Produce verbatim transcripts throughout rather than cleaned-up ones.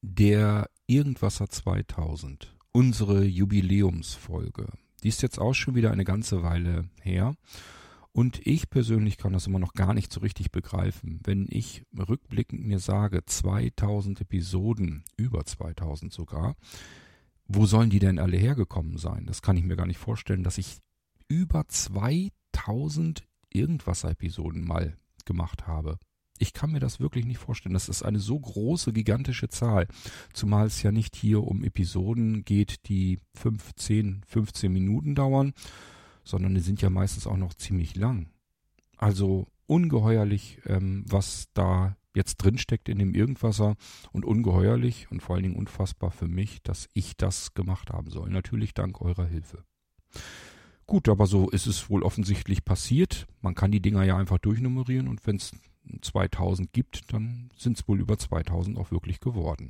Der Irgendwasser zweitausend, unsere Jubiläumsfolge, die ist jetzt auch schon wieder eine ganze Weile her und ich persönlich kann das immer noch gar nicht so richtig begreifen. Wenn ich rückblickend mir sage, zweitausend Episoden, über zweitausend sogar, wo sollen die denn alle hergekommen sein? Das kann ich mir gar nicht vorstellen, dass ich über zweitausend Irgendwasser-Episoden mal gemacht habe. Ich kann mir das wirklich nicht vorstellen. Das ist eine so große, gigantische Zahl. Zumal es ja nicht hier um Episoden geht, die fünf, zehn, fünfzehn Minuten dauern, sondern die sind ja meistens auch noch ziemlich lang. Also ungeheuerlich, ähm, was da jetzt drinsteckt in dem Irgendwasser und ungeheuerlich und vor allen Dingen unfassbar für mich, dass ich das gemacht haben soll. Natürlich dank eurer Hilfe. Gut, aber so ist es wohl offensichtlich passiert. Man kann die Dinger ja einfach durchnummerieren und wenn es zweitausend gibt, dann sind es wohl über zweitausend auch wirklich geworden.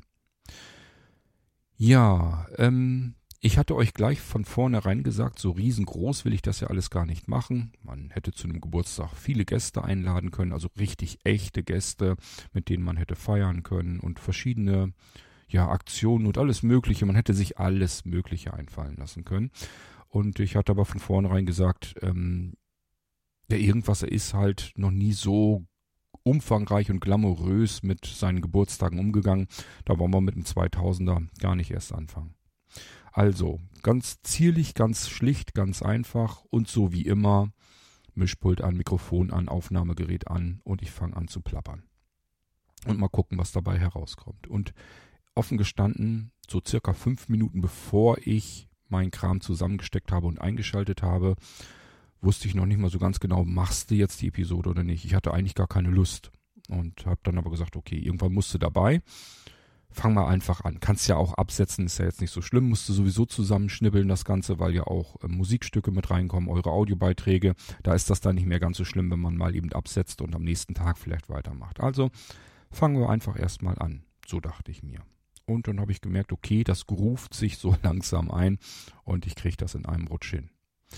Ja, ähm, ich hatte euch gleich von vornherein gesagt, so riesengroß will ich das ja alles gar nicht machen. Man hätte zu einem Geburtstag viele Gäste einladen können, also richtig echte Gäste, mit denen man hätte feiern können und verschiedene ja, Aktionen und alles Mögliche. Man hätte sich alles Mögliche einfallen lassen können. Und ich hatte aber von vornherein gesagt, ähm, der Irgendwasser ist halt noch nie so umfangreich und glamourös mit seinen Geburtstagen umgegangen. Da wollen wir mit dem zweitausender gar nicht erst anfangen. Also, ganz zierlich, ganz schlicht, ganz einfach und so wie immer, Mischpult an, Mikrofon an, Aufnahmegerät an und ich fange an zu plappern. Und mal gucken, was dabei herauskommt. Und offen gestanden, so circa fünf Minuten bevor ich meinen Kram zusammengesteckt habe und eingeschaltet habe, wusste ich noch nicht mal so ganz genau, machst du jetzt die Episode oder nicht. Ich hatte eigentlich gar keine Lust und habe dann aber gesagt, okay, irgendwann musst du dabei. Fang mal einfach an. Kannst ja auch absetzen, ist ja jetzt nicht so schlimm. Musst du sowieso zusammenschnibbeln das Ganze, weil ja auch äh, Musikstücke mit reinkommen, eure Audiobeiträge. Da ist das dann nicht mehr ganz so schlimm, wenn man mal eben absetzt und am nächsten Tag vielleicht weitermacht. Also fangen wir einfach erstmal an. So dachte ich mir. Und dann habe ich gemerkt, okay, das gruft sich so langsam ein und ich kriege das in einem Rutsch hin.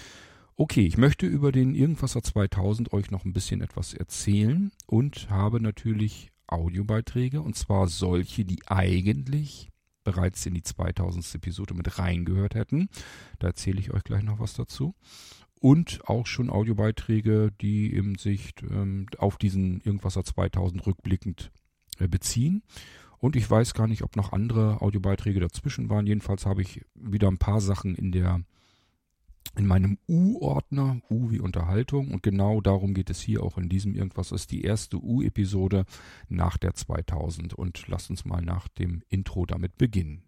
Okay, ich möchte über den Irgendwasser zweitausend euch noch ein bisschen etwas erzählen und habe natürlich Audiobeiträge und zwar solche, die eigentlich bereits in die zweitausendste Episode mit reingehört hätten. Da erzähle ich euch gleich noch was dazu. Und auch schon Audiobeiträge, die eben sich ähm, auf diesen Irgendwasser zweitausend rückblickend äh, beziehen. Und ich weiß gar nicht, ob noch andere Audiobeiträge dazwischen waren. Jedenfalls habe ich wieder ein paar Sachen in der in meinem U-Ordner, U wie Unterhaltung, und genau darum geht es hier auch in diesem Irgendwas. Das ist die erste U-Episode nach der zweitausend und lasst uns mal nach dem Intro damit beginnen.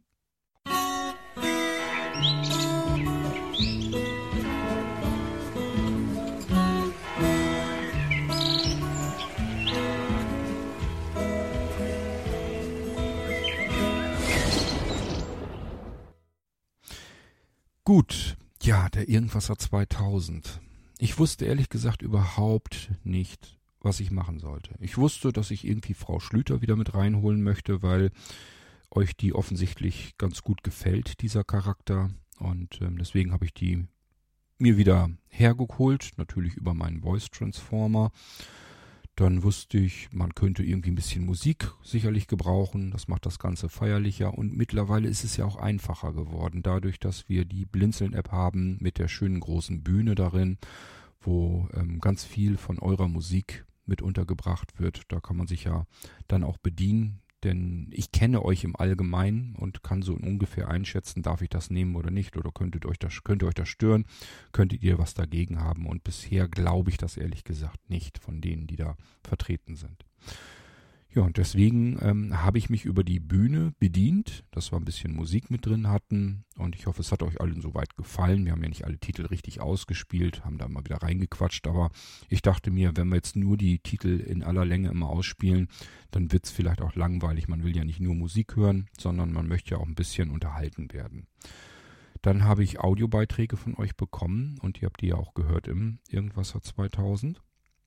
Gut. Ja, der Irgendwasser zweitausend. Ich wusste ehrlich gesagt überhaupt nicht, was ich machen sollte. Ich wusste, dass ich irgendwie Frau Schlüter wieder mit reinholen möchte, weil euch die offensichtlich ganz gut gefällt, dieser Charakter. Und ähm, deswegen habe ich die mir wieder hergeholt, natürlich über meinen Voice Transformer. Dann wusste ich, man könnte irgendwie ein bisschen Musik sicherlich gebrauchen. Das macht das Ganze feierlicher. Und mittlerweile ist es ja auch einfacher geworden, dadurch, dass wir die Blinzeln-App haben mit der schönen großen Bühne darin, wo ähm, ganz viel von eurer Musik mit untergebracht wird. Da kann man sich ja dann auch bedienen. Denn ich kenne euch im Allgemeinen und kann so ungefähr einschätzen, darf ich das nehmen oder nicht, oder könntet euch das, könnt ihr euch das stören, könntet ihr was dagegen haben. Und bisher glaube ich das ehrlich gesagt nicht von denen, die da vertreten sind. Ja, und deswegen ähm, habe ich mich über die Bühne bedient, dass wir ein bisschen Musik mit drin hatten. Und ich hoffe, es hat euch allen soweit gefallen. Wir haben ja nicht alle Titel richtig ausgespielt, haben da mal wieder reingequatscht. Aber ich dachte mir, wenn wir jetzt nur die Titel in aller Länge immer ausspielen, dann wird es vielleicht auch langweilig. Man will ja nicht nur Musik hören, sondern man möchte ja auch ein bisschen unterhalten werden. Dann habe ich Audiobeiträge von euch bekommen und ihr habt die ja auch gehört im Irgendwasser zweitausend.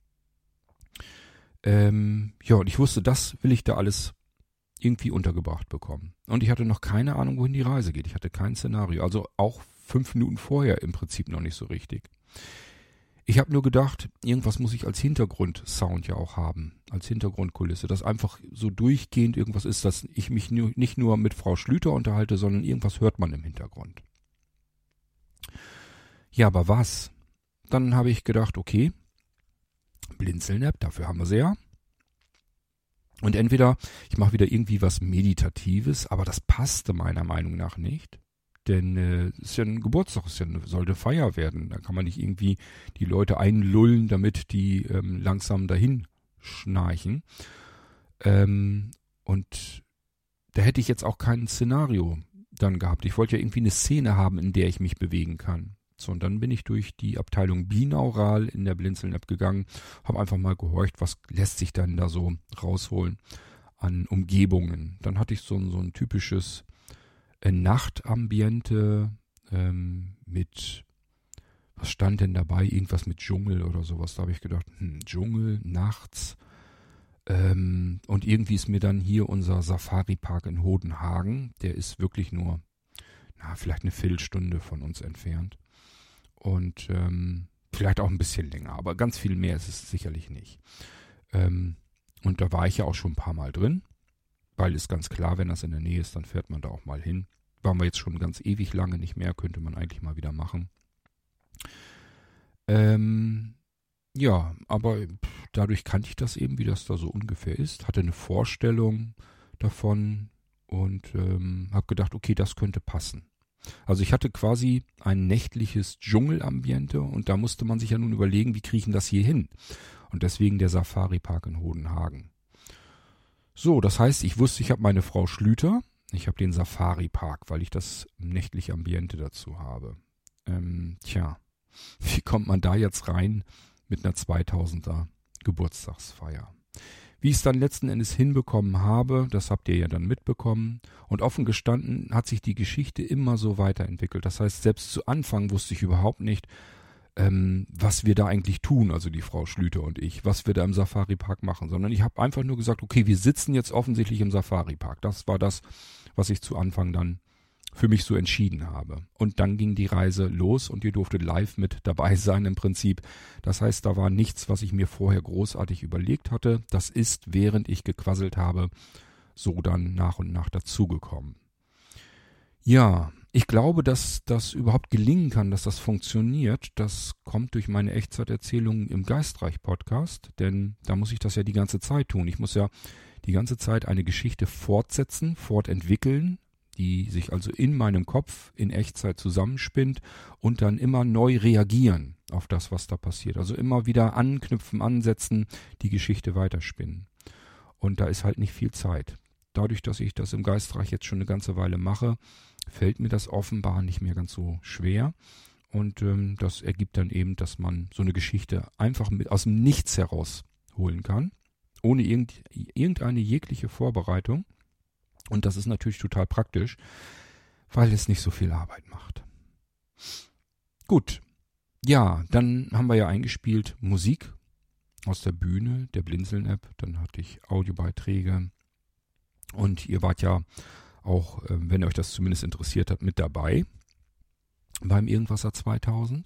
Ähm, ja, und ich wusste, das will ich da alles irgendwie untergebracht bekommen. Und ich hatte noch keine Ahnung, wohin die Reise geht. Ich hatte kein Szenario. Also auch fünf Minuten vorher im Prinzip noch nicht so richtig. Ich habe nur gedacht, irgendwas muss ich als Hintergrundsound ja auch haben, als Hintergrundkulisse, dass einfach so durchgehend irgendwas ist, dass ich mich nur, nicht nur mit Frau Schlüter unterhalte, sondern irgendwas hört man im Hintergrund. Ja, aber was? Dann habe ich gedacht, okay, Blinzeln-App, dafür haben wir sie ja. Und entweder ich mache wieder irgendwie was Meditatives, aber das passte meiner Meinung nach nicht. Denn äh, ist ja ein Geburtstag, ist ja eine, sollte Feier werden. Da kann man nicht irgendwie die Leute einlullen, damit die ähm, langsam dahin schnarchen. Ähm, und da hätte ich jetzt auch kein Szenario dann gehabt. Ich wollte ja irgendwie eine Szene haben, in der ich mich bewegen kann. So, und dann bin ich durch die Abteilung Binaural in der Blinzeln-App gegangen, habe einfach mal gehorcht, was lässt sich dann da so rausholen an Umgebungen. Dann hatte ich so, so ein typisches Nachtambiente ähm, mit, was stand denn dabei? Irgendwas mit Dschungel oder sowas. Da habe ich gedacht, hm, Dschungel, nachts. Ähm, und irgendwie ist mir dann hier unser Safari-Park in Hodenhagen, der ist wirklich nur, na, vielleicht eine Viertelstunde von uns entfernt. Und ähm, vielleicht auch ein bisschen länger, aber ganz viel mehr ist es sicherlich nicht. Ähm, und da war ich ja auch schon ein paar Mal drin. Weil ist ganz klar, wenn das in der Nähe ist, dann fährt man da auch mal hin. Waren wir jetzt schon ganz ewig lange nicht mehr, könnte man eigentlich mal wieder machen. Ähm, ja, aber pff, dadurch kannte ich das eben, wie das da so ungefähr ist. Hatte eine Vorstellung davon und ähm, habe gedacht, okay, das könnte passen. Also ich hatte quasi ein nächtliches Dschungelambiente und da musste man sich ja nun überlegen, wie kriege ich denn das hier hin? Und deswegen der Safari-Park in Hodenhagen. So, das heißt, ich wusste, ich habe meine Frau Schlüter, ich habe den Safari-Park, weil ich das nächtliche Ambiente dazu habe. Ähm, tja, wie kommt man da jetzt rein mit einer zweitausender Geburtstagsfeier? Wie ich es dann letzten Endes hinbekommen habe, das habt ihr ja dann mitbekommen. Und offen gestanden hat sich die Geschichte immer so weiterentwickelt. Das heißt, selbst zu Anfang wusste ich überhaupt nicht, Ähm, was wir da eigentlich tun, also die Frau Schlüter und ich, was wir da im Safari-Park machen, sondern ich habe einfach nur gesagt, okay, wir sitzen jetzt offensichtlich im Safari-Park. Das war das, was ich zu Anfang dann für mich so entschieden habe. Und dann ging die Reise los und ihr durftet live mit dabei sein im Prinzip. Das heißt, da war nichts, was ich mir vorher großartig überlegt hatte. Das ist, während ich gequasselt habe, so dann nach und nach dazugekommen. Ja, ich glaube, dass das überhaupt gelingen kann, dass das funktioniert. Das kommt durch meine Echtzeiterzählungen im Geistreich-Podcast, denn da muss ich das ja die ganze Zeit tun. Ich muss ja die ganze Zeit eine Geschichte fortsetzen, fortentwickeln, die sich also in meinem Kopf in Echtzeit zusammenspinnt und dann immer neu reagieren auf das, was da passiert. Also immer wieder anknüpfen, ansetzen, die Geschichte weiterspinnen. Und da ist halt nicht viel Zeit. Dadurch, dass ich das im Geistreich jetzt schon eine ganze Weile mache, fällt mir das offenbar nicht mehr ganz so schwer. Und ähm, das ergibt dann eben, dass man so eine Geschichte einfach mit aus dem Nichts herausholen kann, ohne irgend, irgendeine jegliche Vorbereitung. Und das ist natürlich total praktisch, weil es nicht so viel Arbeit macht. Gut, ja, dann haben wir ja eingespielt Musik aus der Bühne, der Blinzeln-App. Dann hatte ich Audiobeiträge. Und ihr wart ja auch, äh, wenn euch das zumindest interessiert hat, mit dabei beim Irgendwasser zweitausend.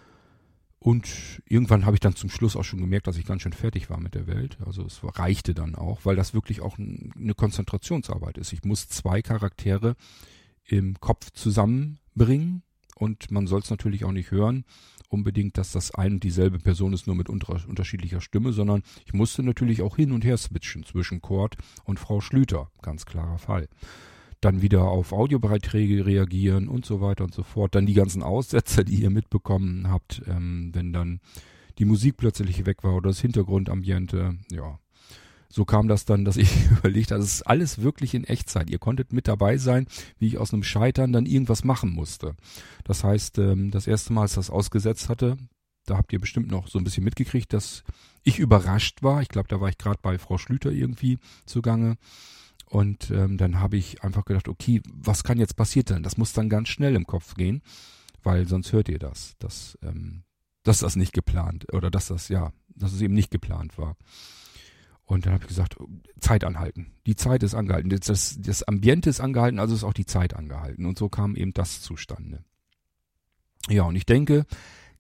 Und irgendwann habe ich dann zum Schluss auch schon gemerkt, dass ich ganz schön fertig war mit der Welt. Also es reichte dann auch, weil das wirklich auch n- eine Konzentrationsarbeit ist. Ich muss zwei Charaktere im Kopf zusammenbringen und man soll es natürlich auch nicht hören, unbedingt, dass das ein und dieselbe Person ist, nur mit unter- unterschiedlicher Stimme, sondern ich musste natürlich auch hin und her switchen zwischen Kurt und Frau Schlüter. Ganz klarer Fall. Dann wieder auf Audiobeiträge reagieren und so weiter und so fort. Dann die ganzen Aussetzer, die ihr mitbekommen habt, ähm, wenn dann die Musik plötzlich weg war oder das Hintergrundambiente. Ja, so kam das dann, dass ich überlegt habe, es ist alles wirklich in Echtzeit. Ihr konntet mit dabei sein, wie ich aus einem Scheitern dann irgendwas machen musste. Das heißt, ähm, das erste Mal, als das ausgesetzt hatte, da habt ihr bestimmt noch so ein bisschen mitgekriegt, dass ich überrascht war. Ich glaube, da war ich gerade bei Frau Schlüter irgendwie zugange. Und ähm, dann habe ich einfach gedacht, okay, was kann jetzt passiert denn? Das muss dann ganz schnell im Kopf gehen, weil sonst hört ihr das, dass, ähm, dass das nicht geplant, oder dass das, ja, dass es eben nicht geplant war. Und dann habe ich gesagt, Zeit anhalten. Die Zeit ist angehalten. Das, das Ambiente ist angehalten, also ist auch die Zeit angehalten. Und so kam eben das zustande. Ja, und ich denke,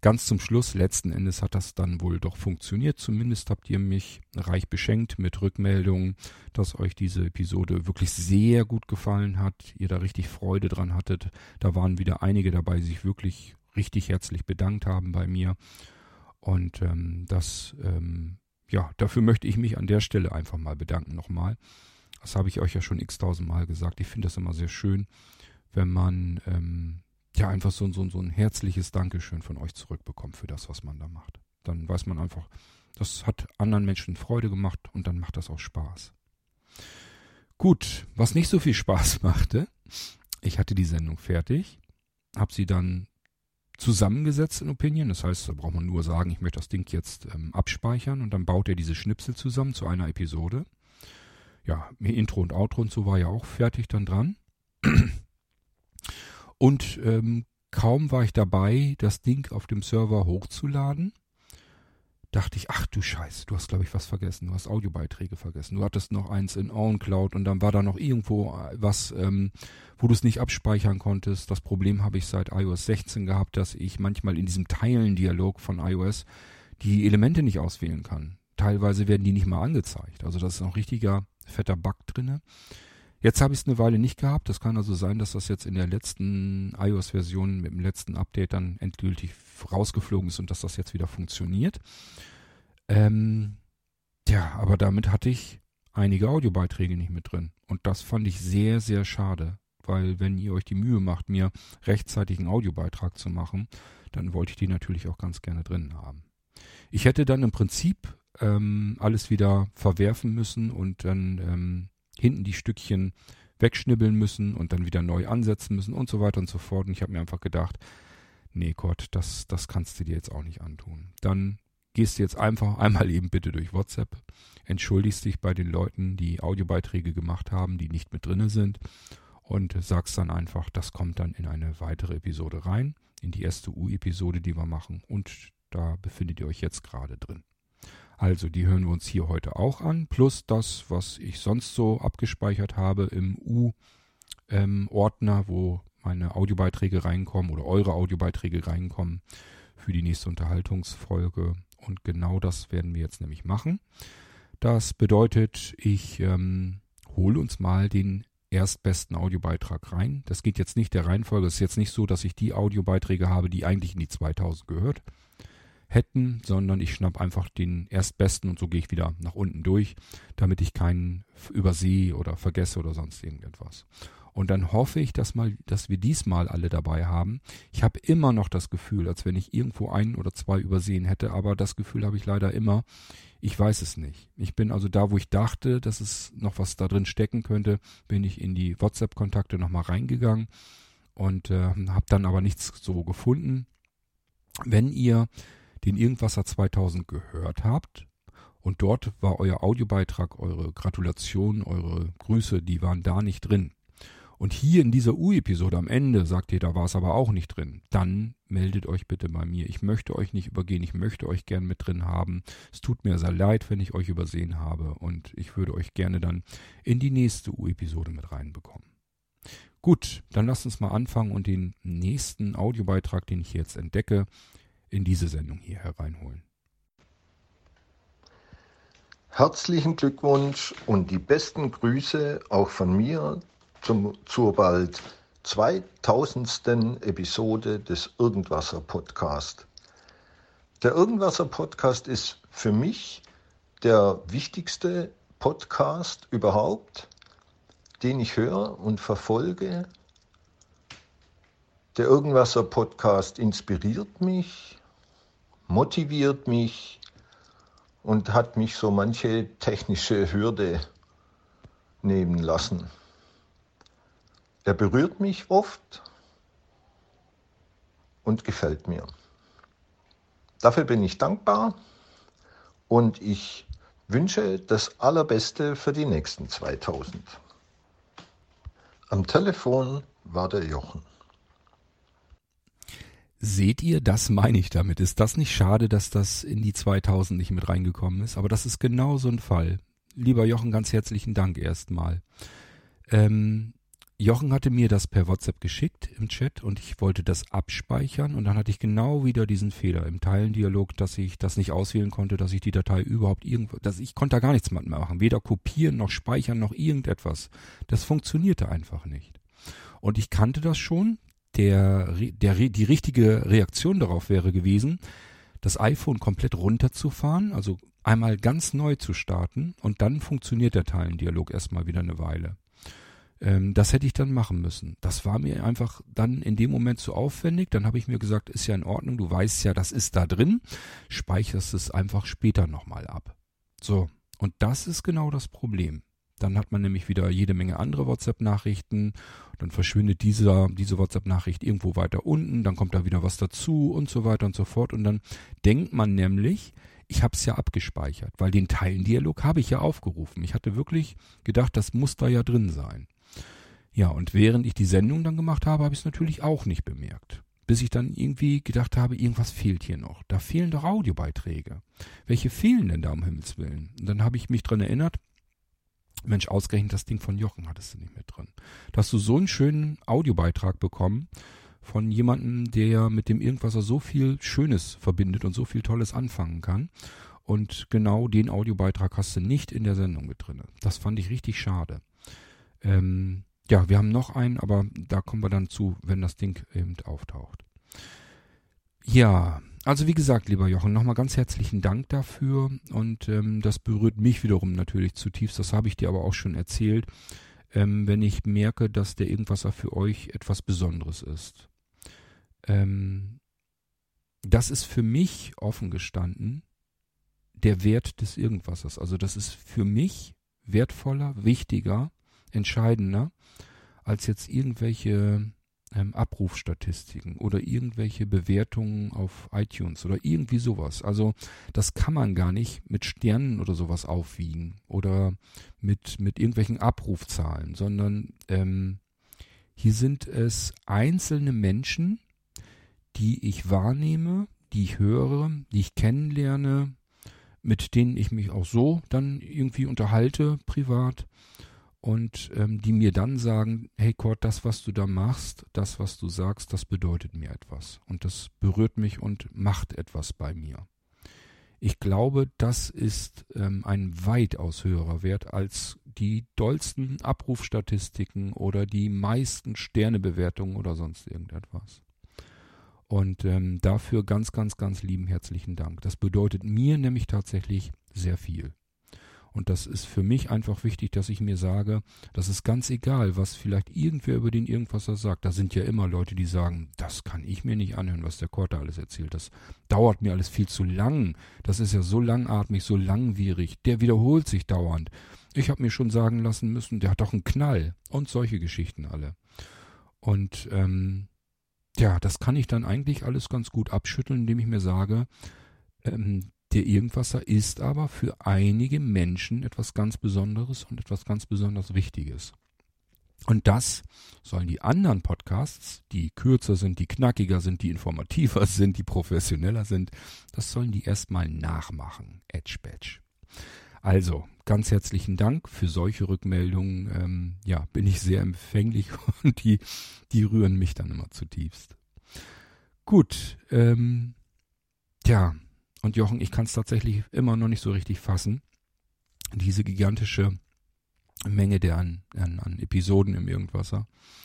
ganz zum Schluss, letzten Endes hat das dann wohl doch funktioniert. Zumindest habt ihr mich reich beschenkt mit Rückmeldungen, dass euch diese Episode wirklich sehr gut gefallen hat, ihr da richtig Freude dran hattet. Da waren wieder einige dabei, die sich wirklich richtig herzlich bedankt haben bei mir. Und ähm, das, ähm, ja, dafür möchte ich mich an der Stelle einfach mal bedanken nochmal. Das habe ich euch ja schon x-tausend Mal gesagt. Ich finde das immer sehr schön, wenn man ähm, ja einfach so, so, so ein herzliches Dankeschön von euch zurückbekommt für das, was man da macht. Dann weiß man einfach, das hat anderen Menschen Freude gemacht und dann macht das auch Spaß. Gut, was nicht so viel Spaß machte, ich hatte die Sendung fertig, habe sie dann zusammengesetzt in Opinion. Das heißt, da braucht man nur sagen, ich möchte das Ding jetzt ähm, abspeichern und dann baut er diese Schnipsel zusammen zu einer Episode. Ja, Intro und Outro und so war ja auch fertig dann dran. Und ähm, kaum war ich dabei, das Ding auf dem Server hochzuladen, dachte ich, ach du Scheiße, du hast, glaube ich, was vergessen. Du hast Audiobeiträge vergessen. Du hattest noch eins in OwnCloud und dann war da noch irgendwo was, ähm, wo du es nicht abspeichern konntest. Das Problem habe ich seit i O S sechzehn gehabt, dass ich manchmal in diesem Teilen-Dialog von iOS die Elemente nicht auswählen kann. Teilweise werden die nicht mal angezeigt. Also das ist ein richtiger fetter Bug drinne. Jetzt habe ich es eine Weile nicht gehabt. Das kann also sein, dass das jetzt in der letzten iOS-Version mit dem letzten Update dann endgültig rausgeflogen ist und dass das jetzt wieder funktioniert. Ähm, ja, aber damit hatte ich einige Audiobeiträge nicht mit drin. Und das fand ich sehr, sehr schade. Weil wenn ihr euch die Mühe macht, mir rechtzeitig einen Audiobeitrag zu machen, dann wollte ich die natürlich auch ganz gerne drin haben. Ich hätte dann im Prinzip ähm, alles wieder verwerfen müssen und dann ähm, hinten die Stückchen wegschnibbeln müssen und dann wieder neu ansetzen müssen und so weiter und so fort. Und ich habe mir einfach gedacht, nee Gott, das, das kannst du dir jetzt auch nicht antun. Dann gehst du jetzt einfach einmal eben bitte durch WhatsApp, entschuldigst dich bei den Leuten, die Audiobeiträge gemacht haben, die nicht mit drinne sind und sagst dann einfach, das kommt dann in eine weitere Episode rein, in die erste U-Episode, die wir machen und da befindet ihr euch jetzt gerade drin. Also die hören wir uns hier heute auch an, plus das, was ich sonst so abgespeichert habe im U-Ordner, ähm, wo meine Audiobeiträge reinkommen oder eure Audiobeiträge reinkommen für die nächste Unterhaltungsfolge. Und genau das werden wir jetzt nämlich machen. Das bedeutet, ich ähm, hole uns mal den erstbesten Audiobeitrag rein. Das geht jetzt nicht der Reihenfolge. Es ist jetzt nicht so, dass ich die Audiobeiträge habe, die eigentlich in die zweitausend gehört hätten, sondern ich schnapp einfach den erstbesten und so gehe ich wieder nach unten durch, damit ich keinen übersehe oder vergesse oder sonst irgendetwas. Und dann hoffe ich, dass mal, dass wir diesmal alle dabei haben. Ich habe immer noch das Gefühl, als wenn ich irgendwo ein oder zwei übersehen hätte, aber das Gefühl habe ich leider immer. Ich weiß es nicht. Ich bin also da, wo ich dachte, dass es noch was da drin stecken könnte, bin ich in die WhatsApp-Kontakte nochmal reingegangen und äh, habe dann aber nichts so gefunden. Wenn ihr den Irgendwasser zweitausend gehört habt und dort war euer Audiobeitrag, eure Gratulation, eure Grüße, die waren da nicht drin. Und hier in dieser U-Episode am Ende sagt ihr, da war es aber auch nicht drin. Dann meldet euch bitte bei mir. Ich möchte euch nicht übergehen, ich möchte euch gern mit drin haben. Es tut mir sehr leid, wenn ich euch übersehen habe und ich würde euch gerne dann in die nächste U-Episode mit reinbekommen. Gut, dann lasst uns mal anfangen und den nächsten Audiobeitrag, den ich jetzt entdecke, in diese Sendung hier hereinholen. Herzlichen Glückwunsch und die besten Grüße auch von mir zum, zur bald zweitausendsten Episode des Irgendwasser Podcast. Der Irgendwasser Podcast ist für mich der wichtigste Podcast überhaupt, den ich höre und verfolge. Der Irgendwasser Podcast inspiriert mich, motiviert mich und hat mich so manche technische Hürde nehmen lassen. Er berührt mich oft und gefällt mir. Dafür bin ich dankbar und ich wünsche das Allerbeste für die nächsten zweitausend. Am Telefon war der Jochen. Seht ihr, das meine ich damit. Ist das nicht schade, dass das in die zweitausend nicht mit reingekommen ist? Aber das ist genau so ein Fall. Lieber Jochen, ganz herzlichen Dank erstmal. Ähm, Jochen hatte mir das per WhatsApp geschickt im Chat und ich wollte das abspeichern und dann hatte ich genau wieder diesen Fehler im Teilendialog, dass ich das nicht auswählen konnte, dass ich die Datei überhaupt irgendwo, dass ich konnte da gar nichts mehr machen, weder kopieren noch speichern noch irgendetwas. Das funktionierte einfach nicht. Und ich kannte das schon. Der, der, die richtige Reaktion darauf wäre gewesen, das iPhone komplett runterzufahren, also einmal ganz neu zu starten und dann funktioniert der Teilendialog erstmal wieder eine Weile. Ähm, das hätte ich dann machen müssen. Das war mir einfach dann in dem Moment zu aufwendig. Dann habe ich mir gesagt, ist ja in Ordnung, du weißt ja, das ist da drin, speicherst es einfach später nochmal ab. So, und das ist genau das Problem. Dann hat man nämlich wieder jede Menge andere WhatsApp-Nachrichten. Dann verschwindet dieser, diese WhatsApp-Nachricht irgendwo weiter unten. Dann kommt da wieder was dazu und so weiter und so fort. Und dann denkt man nämlich, ich habe es ja abgespeichert, weil den Teilendialog habe ich ja aufgerufen. Ich hatte wirklich gedacht, das muss da ja drin sein. Ja, und während ich die Sendung dann gemacht habe, habe ich es natürlich auch nicht bemerkt. Bis ich dann irgendwie gedacht habe, irgendwas fehlt hier noch. Da fehlen doch Audiobeiträge. Welche fehlen denn da um Himmels Willen? Und dann habe ich mich dran erinnert, Mensch, ausgerechnet das Ding von Jochen hattest du nicht mehr drin. Da hast du so einen schönen Audiobeitrag bekommen von jemandem, der mit dem Irgendwasser so viel Schönes verbindet und so viel Tolles anfangen kann. Und genau den Audiobeitrag hast du nicht in der Sendung mit drin. Das fand ich richtig schade. Ähm, ja, wir haben noch einen, aber da kommen wir dann zu, wenn das Ding eben auftaucht. Ja, also wie gesagt, lieber Jochen, nochmal ganz herzlichen Dank dafür und ähm, das berührt mich wiederum natürlich zutiefst, das habe ich dir aber auch schon erzählt, ähm, wenn ich merke, dass der Irgendwasser für euch etwas Besonderes ist. Ähm, das ist für mich offen gestanden der Wert des Irgendwassers. Also das ist für mich wertvoller, wichtiger, entscheidender als jetzt irgendwelche ähm, Abrufstatistiken oder irgendwelche Bewertungen auf iTunes oder irgendwie sowas. Also das kann man gar nicht mit Sternen oder sowas aufwiegen oder mit, mit irgendwelchen Abrufzahlen, sondern ähm, hier sind es einzelne Menschen, die ich wahrnehme, die ich höre, die ich kennenlerne, mit denen ich mich auch so dann irgendwie unterhalte, privat. Und ähm, die mir dann sagen, hey Kurt, das, was du da machst, das, was du sagst, das bedeutet mir etwas. Und das berührt mich und macht etwas bei mir. Ich glaube, das ist ähm, ein weitaus höherer Wert als die dollsten Abrufstatistiken oder die meisten Sternebewertungen oder sonst irgendetwas. Und ähm, dafür ganz, ganz, ganz lieben herzlichen Dank. Das bedeutet mir nämlich tatsächlich sehr viel. Und das ist für mich einfach wichtig, dass ich mir sage, das ist ganz egal, was vielleicht irgendwer über den Irgendwasser sagt. Da sind ja immer Leute, die sagen, das kann ich mir nicht anhören, was der Kurt da alles erzählt. Das dauert mir alles viel zu lang. Das ist ja so langatmig, so langwierig. Der wiederholt sich dauernd. Ich habe mir schon sagen lassen müssen, der hat doch einen Knall. Und solche Geschichten alle. Und ähm, ja, das kann ich dann eigentlich alles ganz gut abschütteln, indem ich mir sage, ähm, der Irgendwasser ist aber für einige Menschen etwas ganz Besonderes und etwas ganz besonders Wichtiges. Und das sollen die anderen Podcasts, die kürzer sind, die knackiger sind, die informativer sind, die professioneller sind, das sollen die erstmal nachmachen. Edge Badge. Also, ganz herzlichen Dank für solche Rückmeldungen. Ähm, ja, bin ich sehr empfänglich und die, die rühren mich dann immer zutiefst. Gut, ähm, tja, und Jochen, ich kann es tatsächlich immer noch nicht so richtig fassen. Diese gigantische Menge der an, an, an Episoden im Irgendwasser.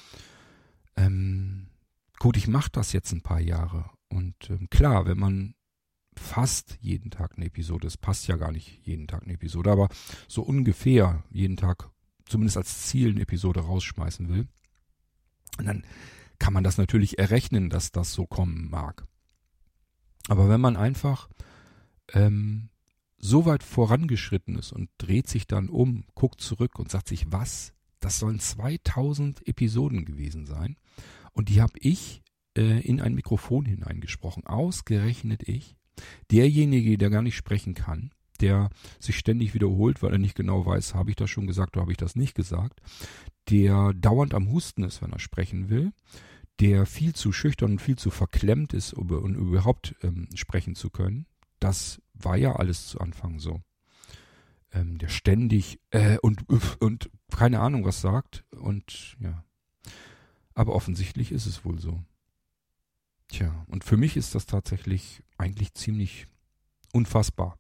Ähm, gut, ich mache das jetzt ein paar Jahre. Und ähm, klar, wenn man fast jeden Tag eine Episode, es passt ja gar nicht jeden Tag eine Episode, aber so ungefähr jeden Tag zumindest als Ziel eine Episode rausschmeißen will, und dann kann man das natürlich errechnen, dass das so kommen mag. Aber wenn man einfach ähm, so weit vorangeschritten ist und dreht sich dann um, guckt zurück und sagt sich, was? Das sollen zweitausend Episoden gewesen sein. Und die habe ich äh, in ein Mikrofon hineingesprochen. Ausgerechnet ich. Derjenige, der gar nicht sprechen kann, der sich ständig wiederholt, weil er nicht genau weiß, habe ich das schon gesagt oder habe ich das nicht gesagt, der dauernd am Husten ist, wenn er sprechen will, der viel zu schüchtern und viel zu verklemmt ist, um, um überhaupt ähm, sprechen zu können. Das war ja alles zu Anfang so. Ähm, der ständig äh, und und keine Ahnung was sagt und ja, Aber offensichtlich ist es wohl so. Tja, und für mich ist das tatsächlich eigentlich ziemlich unfassbar.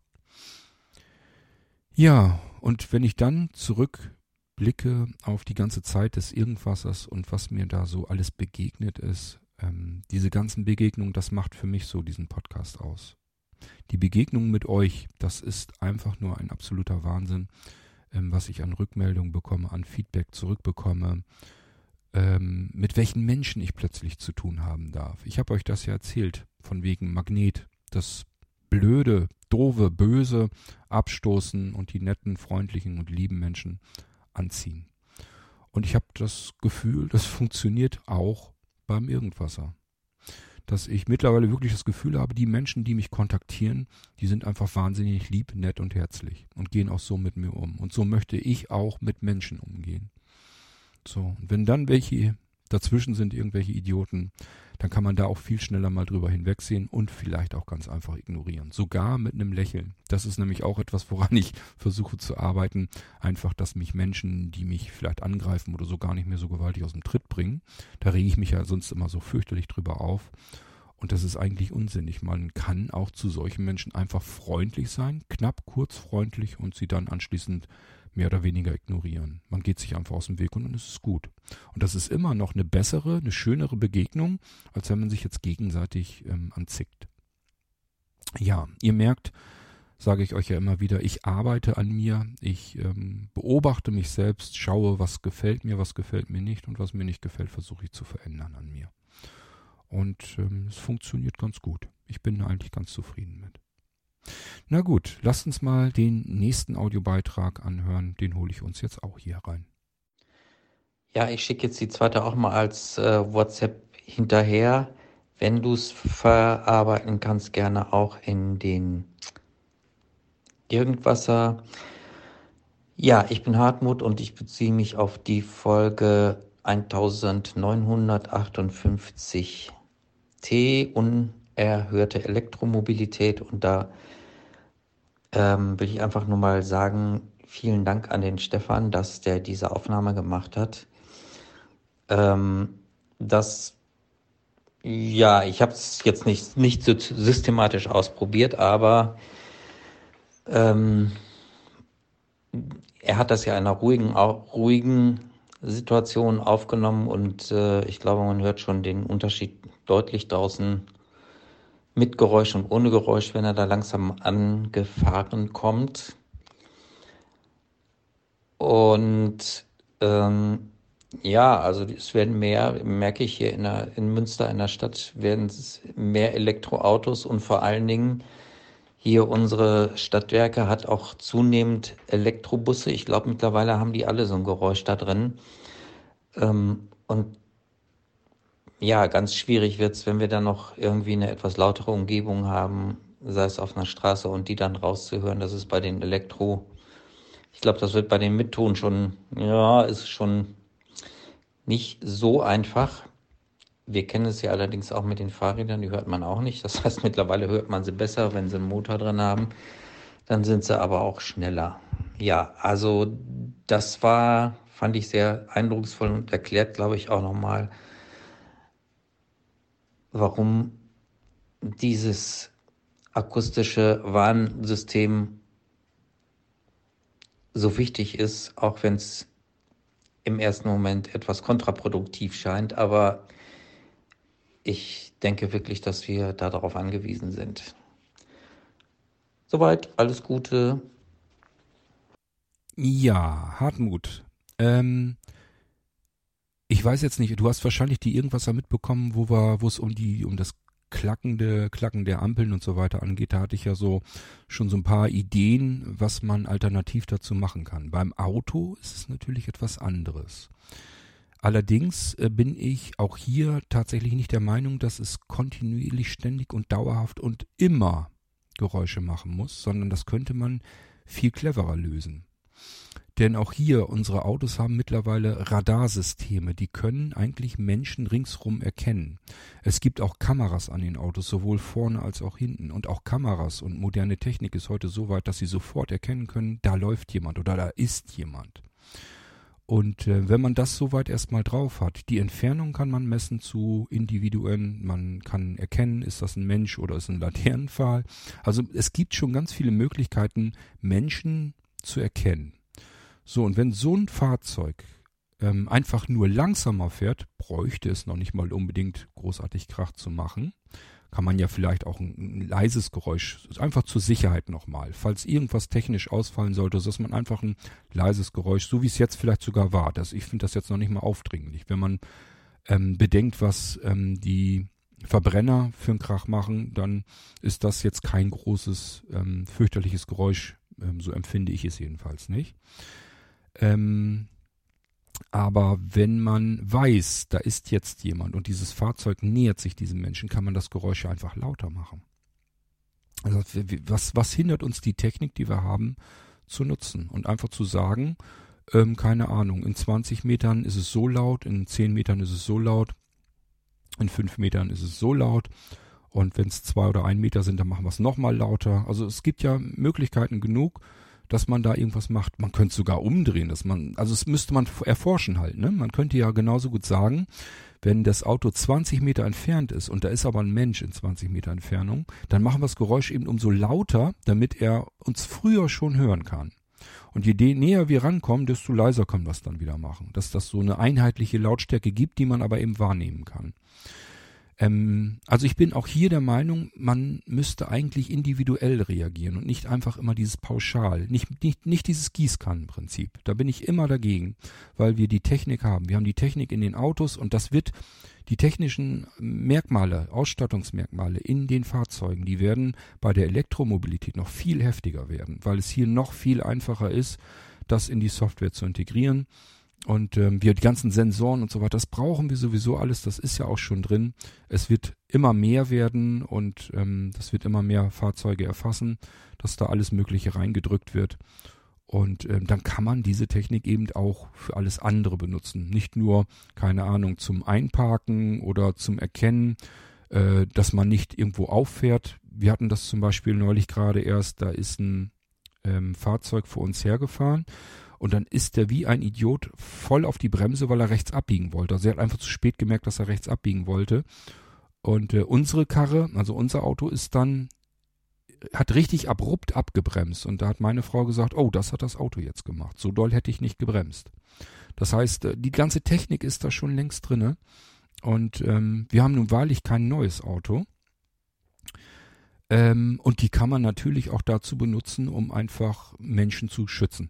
Ja, und wenn ich dann zurückblicke auf die ganze Zeit des Irgendwassers und was mir da so alles begegnet ist, ähm, diese ganzen Begegnungen, das macht für mich so diesen Podcast aus. Die Begegnung mit euch, das ist einfach nur ein absoluter Wahnsinn, ähm, was ich an Rückmeldungen bekomme, an Feedback zurückbekomme, ähm, mit welchen Menschen ich plötzlich zu tun haben darf. Ich habe euch das ja erzählt, von wegen Magnet, das blöde, doofe, böse abstoßen und die netten, freundlichen und lieben Menschen anziehen. Und ich habe das Gefühl, das funktioniert auch beim Irgendwasser. Dass ich mittlerweile wirklich das Gefühl habe, die Menschen, die mich kontaktieren, die sind einfach wahnsinnig lieb, nett und herzlich und gehen auch so mit mir um. Und so möchte ich auch mit Menschen umgehen. So, und wenn dann welche dazwischen sind, irgendwelche Idioten, dann kann man da auch viel schneller mal drüber hinwegsehen und vielleicht auch ganz einfach ignorieren. Sogar mit einem Lächeln. Das ist nämlich auch etwas, woran ich versuche zu arbeiten. Einfach, dass mich Menschen, die mich vielleicht angreifen oder so gar nicht mehr so gewaltig aus dem Tritt bringen. Da rege ich mich ja sonst immer so fürchterlich drüber auf. Und das ist eigentlich unsinnig. Man kann auch zu solchen Menschen einfach freundlich sein, knapp, kurz freundlich und sie dann anschließend mehr oder weniger ignorieren. Man geht sich einfach aus dem Weg und dann ist es gut. Und das ist immer noch eine bessere, eine schönere Begegnung, als wenn man sich jetzt gegenseitig ähm, anzickt. Ja, ihr merkt, sage ich euch ja immer wieder, ich arbeite an mir, ich ähm, beobachte mich selbst, schaue, was gefällt mir, was gefällt mir nicht und was mir nicht gefällt, versuche ich zu verändern an mir. Und ähm, es funktioniert ganz gut. Ich bin da eigentlich ganz zufrieden mit. Na gut, lasst uns mal den nächsten Audiobeitrag anhören. Den hole ich uns jetzt auch hier rein. Ja, ich schicke jetzt die zweite auch mal als äh, WhatsApp hinterher. Wenn du es verarbeiten kannst, gerne auch in den Irgendwasser. Ja, ich bin Hartmut und ich beziehe mich auf die Folge neunzehnhundertachtundfünfzig T, unerhörte Elektromobilität. Und da ähm, will ich einfach nur mal sagen, vielen Dank an den Stefan, dass der diese Aufnahme gemacht hat. Ähm, das, ja, ich habe es jetzt nicht, nicht so systematisch ausprobiert, aber ähm, er hat das ja in einer ruhigen, auch ruhigen Situation aufgenommen und äh, ich glaube, man hört schon den Unterschied deutlich draußen mit Geräusch und ohne Geräusch, wenn er da langsam angefahren kommt. Und ähm, ja, also es werden mehr, merke ich hier in, der, in Münster in der Stadt, werden es mehr Elektroautos und vor allen Dingen hier unsere Stadtwerke hat auch zunehmend Elektrobusse. Ich glaube, mittlerweile haben die alle so ein Geräusch da drin. Ähm, und ja, ganz schwierig wird's, wenn wir dann noch irgendwie eine etwas lautere Umgebung haben, sei es auf einer Straße und die dann rauszuhören. Das ist bei den Elektro, ich glaube, das wird bei den Mitton schon, ja, ist schon nicht so einfach. Wir kennen es ja allerdings auch mit den Fahrrädern, die hört man auch nicht. Das heißt, mittlerweile hört man sie besser, wenn sie einen Motor drin haben. Dann sind sie aber auch schneller. Ja, also das war, fand ich sehr eindrucksvoll und erklärt, glaube ich, auch nochmal, warum dieses akustische Warnsystem so wichtig ist, auch wenn es im ersten Moment etwas kontraproduktiv scheint. Aber ich denke wirklich, dass wir da darauf angewiesen sind. Soweit, alles Gute. Ja, Hartmut. Ähm, ich weiß jetzt nicht, du hast wahrscheinlich die Irgendwasser mitbekommen, wo wir, wo es um die, um das klackende, Klacken der Ampeln und so weiter angeht. Da hatte ich ja so schon so ein paar Ideen, was man alternativ dazu machen kann. Beim Auto ist es natürlich etwas anderes. Allerdings äh, bin ich auch hier tatsächlich nicht der Meinung, dass es kontinuierlich, ständig und dauerhaft und immer Geräusche machen muss, sondern das könnte man viel cleverer lösen. Denn auch hier, unsere Autos haben mittlerweile Radarsysteme, die können eigentlich Menschen ringsrum erkennen. Es gibt auch Kameras an den Autos, sowohl vorne als auch hinten. Und auch Kameras und moderne Technik ist heute so weit, dass sie sofort erkennen können, da läuft jemand oder da ist jemand. Und äh, wenn man das soweit erstmal drauf hat, die Entfernung kann man messen zu Individuen, man kann erkennen, ist das ein Mensch oder ist ein Laternenpfahl. Also es gibt schon ganz viele Möglichkeiten, Menschen zu erkennen. So, und wenn so ein Fahrzeug ähm, einfach nur langsamer fährt, bräuchte es noch nicht mal unbedingt großartig Krach zu machen. Kann man ja vielleicht auch ein, ein leises Geräusch, einfach zur Sicherheit nochmal, falls irgendwas technisch ausfallen sollte, dass man einfach ein leises Geräusch, so wie es jetzt vielleicht sogar war, das, ich finde das jetzt noch nicht mal aufdringlich, wenn man ähm, bedenkt, was ähm, die Verbrenner für einen Krach machen, dann ist das jetzt kein großes, ähm, fürchterliches Geräusch, ähm, so empfinde ich es jedenfalls nicht. Ähm, Aber wenn man weiß, da ist jetzt jemand und dieses Fahrzeug nähert sich diesem Menschen, kann man das Geräusch ja einfach lauter machen. Also was, was hindert uns die Technik, die wir haben, zu nutzen? Und einfach zu sagen, ähm, keine Ahnung, in zwanzig Metern ist es so laut, in zehn Metern ist es so laut, in fünf Metern ist es so laut. Und wenn es zwei oder ein Meter sind, dann machen wir es nochmal lauter. Also es gibt ja Möglichkeiten genug, dass man da irgendwas macht. Man könnte es sogar umdrehen, dass man, also es müsste man erforschen halt, ne? Man könnte ja genauso gut sagen, wenn das Auto zwanzig Meter entfernt ist und da ist aber ein Mensch in zwanzig Meter Entfernung, dann machen wir das Geräusch eben umso lauter, damit er uns früher schon hören kann. Und je näher wir rankommen, desto leiser können wir es dann wieder machen. Dass das so eine einheitliche Lautstärke gibt, die man aber eben wahrnehmen kann. Ähm, also ich bin auch hier der Meinung, man müsste eigentlich individuell reagieren und nicht einfach immer dieses Pauschal, nicht, nicht, nicht dieses Gießkannenprinzip. Da bin ich immer dagegen, weil wir die Technik haben. Wir haben die Technik in den Autos und das wird die technischen Merkmale, Ausstattungsmerkmale in den Fahrzeugen, die werden bei der Elektromobilität noch viel heftiger werden, weil es hier noch viel einfacher ist, das in die Software zu integrieren. Und ähm, wir die ganzen Sensoren und so weiter, das brauchen wir sowieso alles, das ist ja auch schon drin. Es wird immer mehr werden und ähm, das wird immer mehr Fahrzeuge erfassen, dass da alles Mögliche reingedrückt wird. Und ähm, dann kann man diese Technik eben auch für alles andere benutzen. Nicht nur, keine Ahnung, zum Einparken oder zum Erkennen, äh, dass man nicht irgendwo auffährt. Wir hatten das zum Beispiel neulich gerade erst, da ist ein ähm, Fahrzeug vor uns hergefahren. Und dann ist der wie ein Idiot voll auf die Bremse, weil er rechts abbiegen wollte. Also er hat einfach zu spät gemerkt, dass er rechts abbiegen wollte. Und äh, unsere Karre, also unser Auto ist dann, hat richtig abrupt abgebremst. Und da hat meine Frau gesagt, oh, das hat das Auto jetzt gemacht. So doll hätte ich nicht gebremst. Das heißt, äh, die ganze Technik ist da schon längst drinne. Und ähm, wir haben nun wahrlich kein neues Auto. Ähm, und die kann man natürlich auch dazu benutzen, um einfach Menschen zu schützen.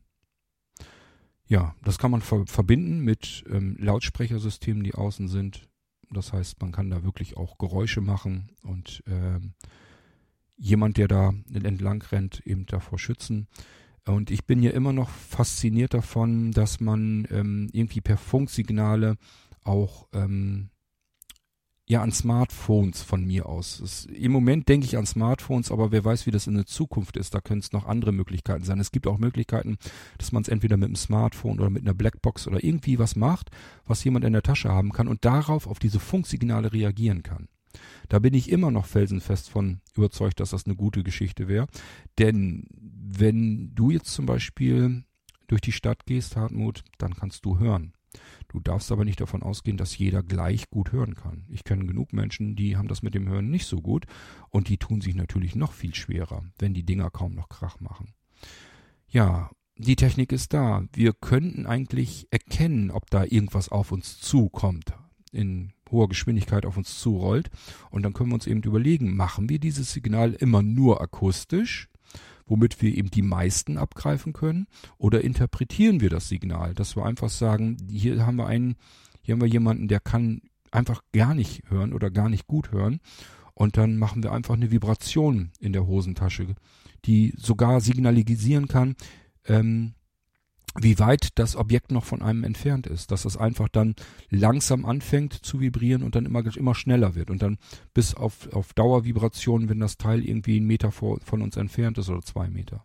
Ja, das kann man ver- verbinden mit ähm, Lautsprechersystemen, die außen sind. Das heißt, man kann da wirklich auch Geräusche machen und ähm, jemand, der da entlang rennt, eben davor schützen. Und ich bin ja immer noch fasziniert davon, dass man ähm, irgendwie per Funksignale auch ähm, ja an Smartphones von mir aus. Das, im Moment denke ich an Smartphones, aber wer weiß, wie das in der Zukunft ist. Da können es noch andere Möglichkeiten sein. Es gibt auch Möglichkeiten, dass man es entweder mit einem Smartphone oder mit einer Blackbox oder irgendwie was macht, was jemand in der Tasche haben kann und darauf auf diese Funksignale reagieren kann. Da bin ich immer noch felsenfest von überzeugt, dass das eine gute Geschichte wäre. Denn wenn du jetzt zum Beispiel durch die Stadt gehst, Hartmut, dann kannst du hören. Du darfst aber nicht davon ausgehen, dass jeder gleich gut hören kann. Ich kenne genug Menschen, die haben das mit dem Hören nicht so gut und die tun sich natürlich noch viel schwerer, wenn die Dinger kaum noch Krach machen. Ja, die Technik ist da. Wir könnten eigentlich erkennen, ob da irgendwas auf uns zukommt, in hoher Geschwindigkeit auf uns zurollt. Und dann können wir uns eben überlegen, machen wir dieses Signal immer nur akustisch, womit wir eben die meisten abgreifen können, oder interpretieren wir das Signal, dass wir einfach sagen, hier haben wir einen, hier haben wir jemanden, der kann einfach gar nicht hören oder gar nicht gut hören, und dann machen wir einfach eine Vibration in der Hosentasche, die sogar signalisieren kann, ähm, wie weit das Objekt noch von einem entfernt ist, dass es einfach dann langsam anfängt zu vibrieren und dann immer, immer schneller wird und dann bis auf, auf Dauervibration, wenn das Teil irgendwie einen Meter vor, von uns entfernt ist oder zwei Meter.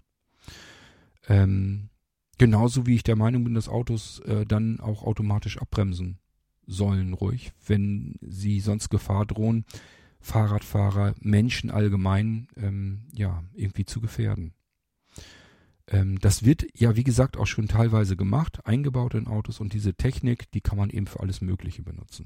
Ähm, genauso wie ich der Meinung bin, dass Autos äh, dann auch automatisch abbremsen sollen ruhig, wenn sie sonst Gefahr drohen, Fahrradfahrer, Menschen allgemein, ähm, ja, irgendwie zu gefährden. Ähm, das wird ja, wie gesagt, auch schon teilweise gemacht, eingebaut in Autos und diese Technik, die kann man eben für alles Mögliche benutzen.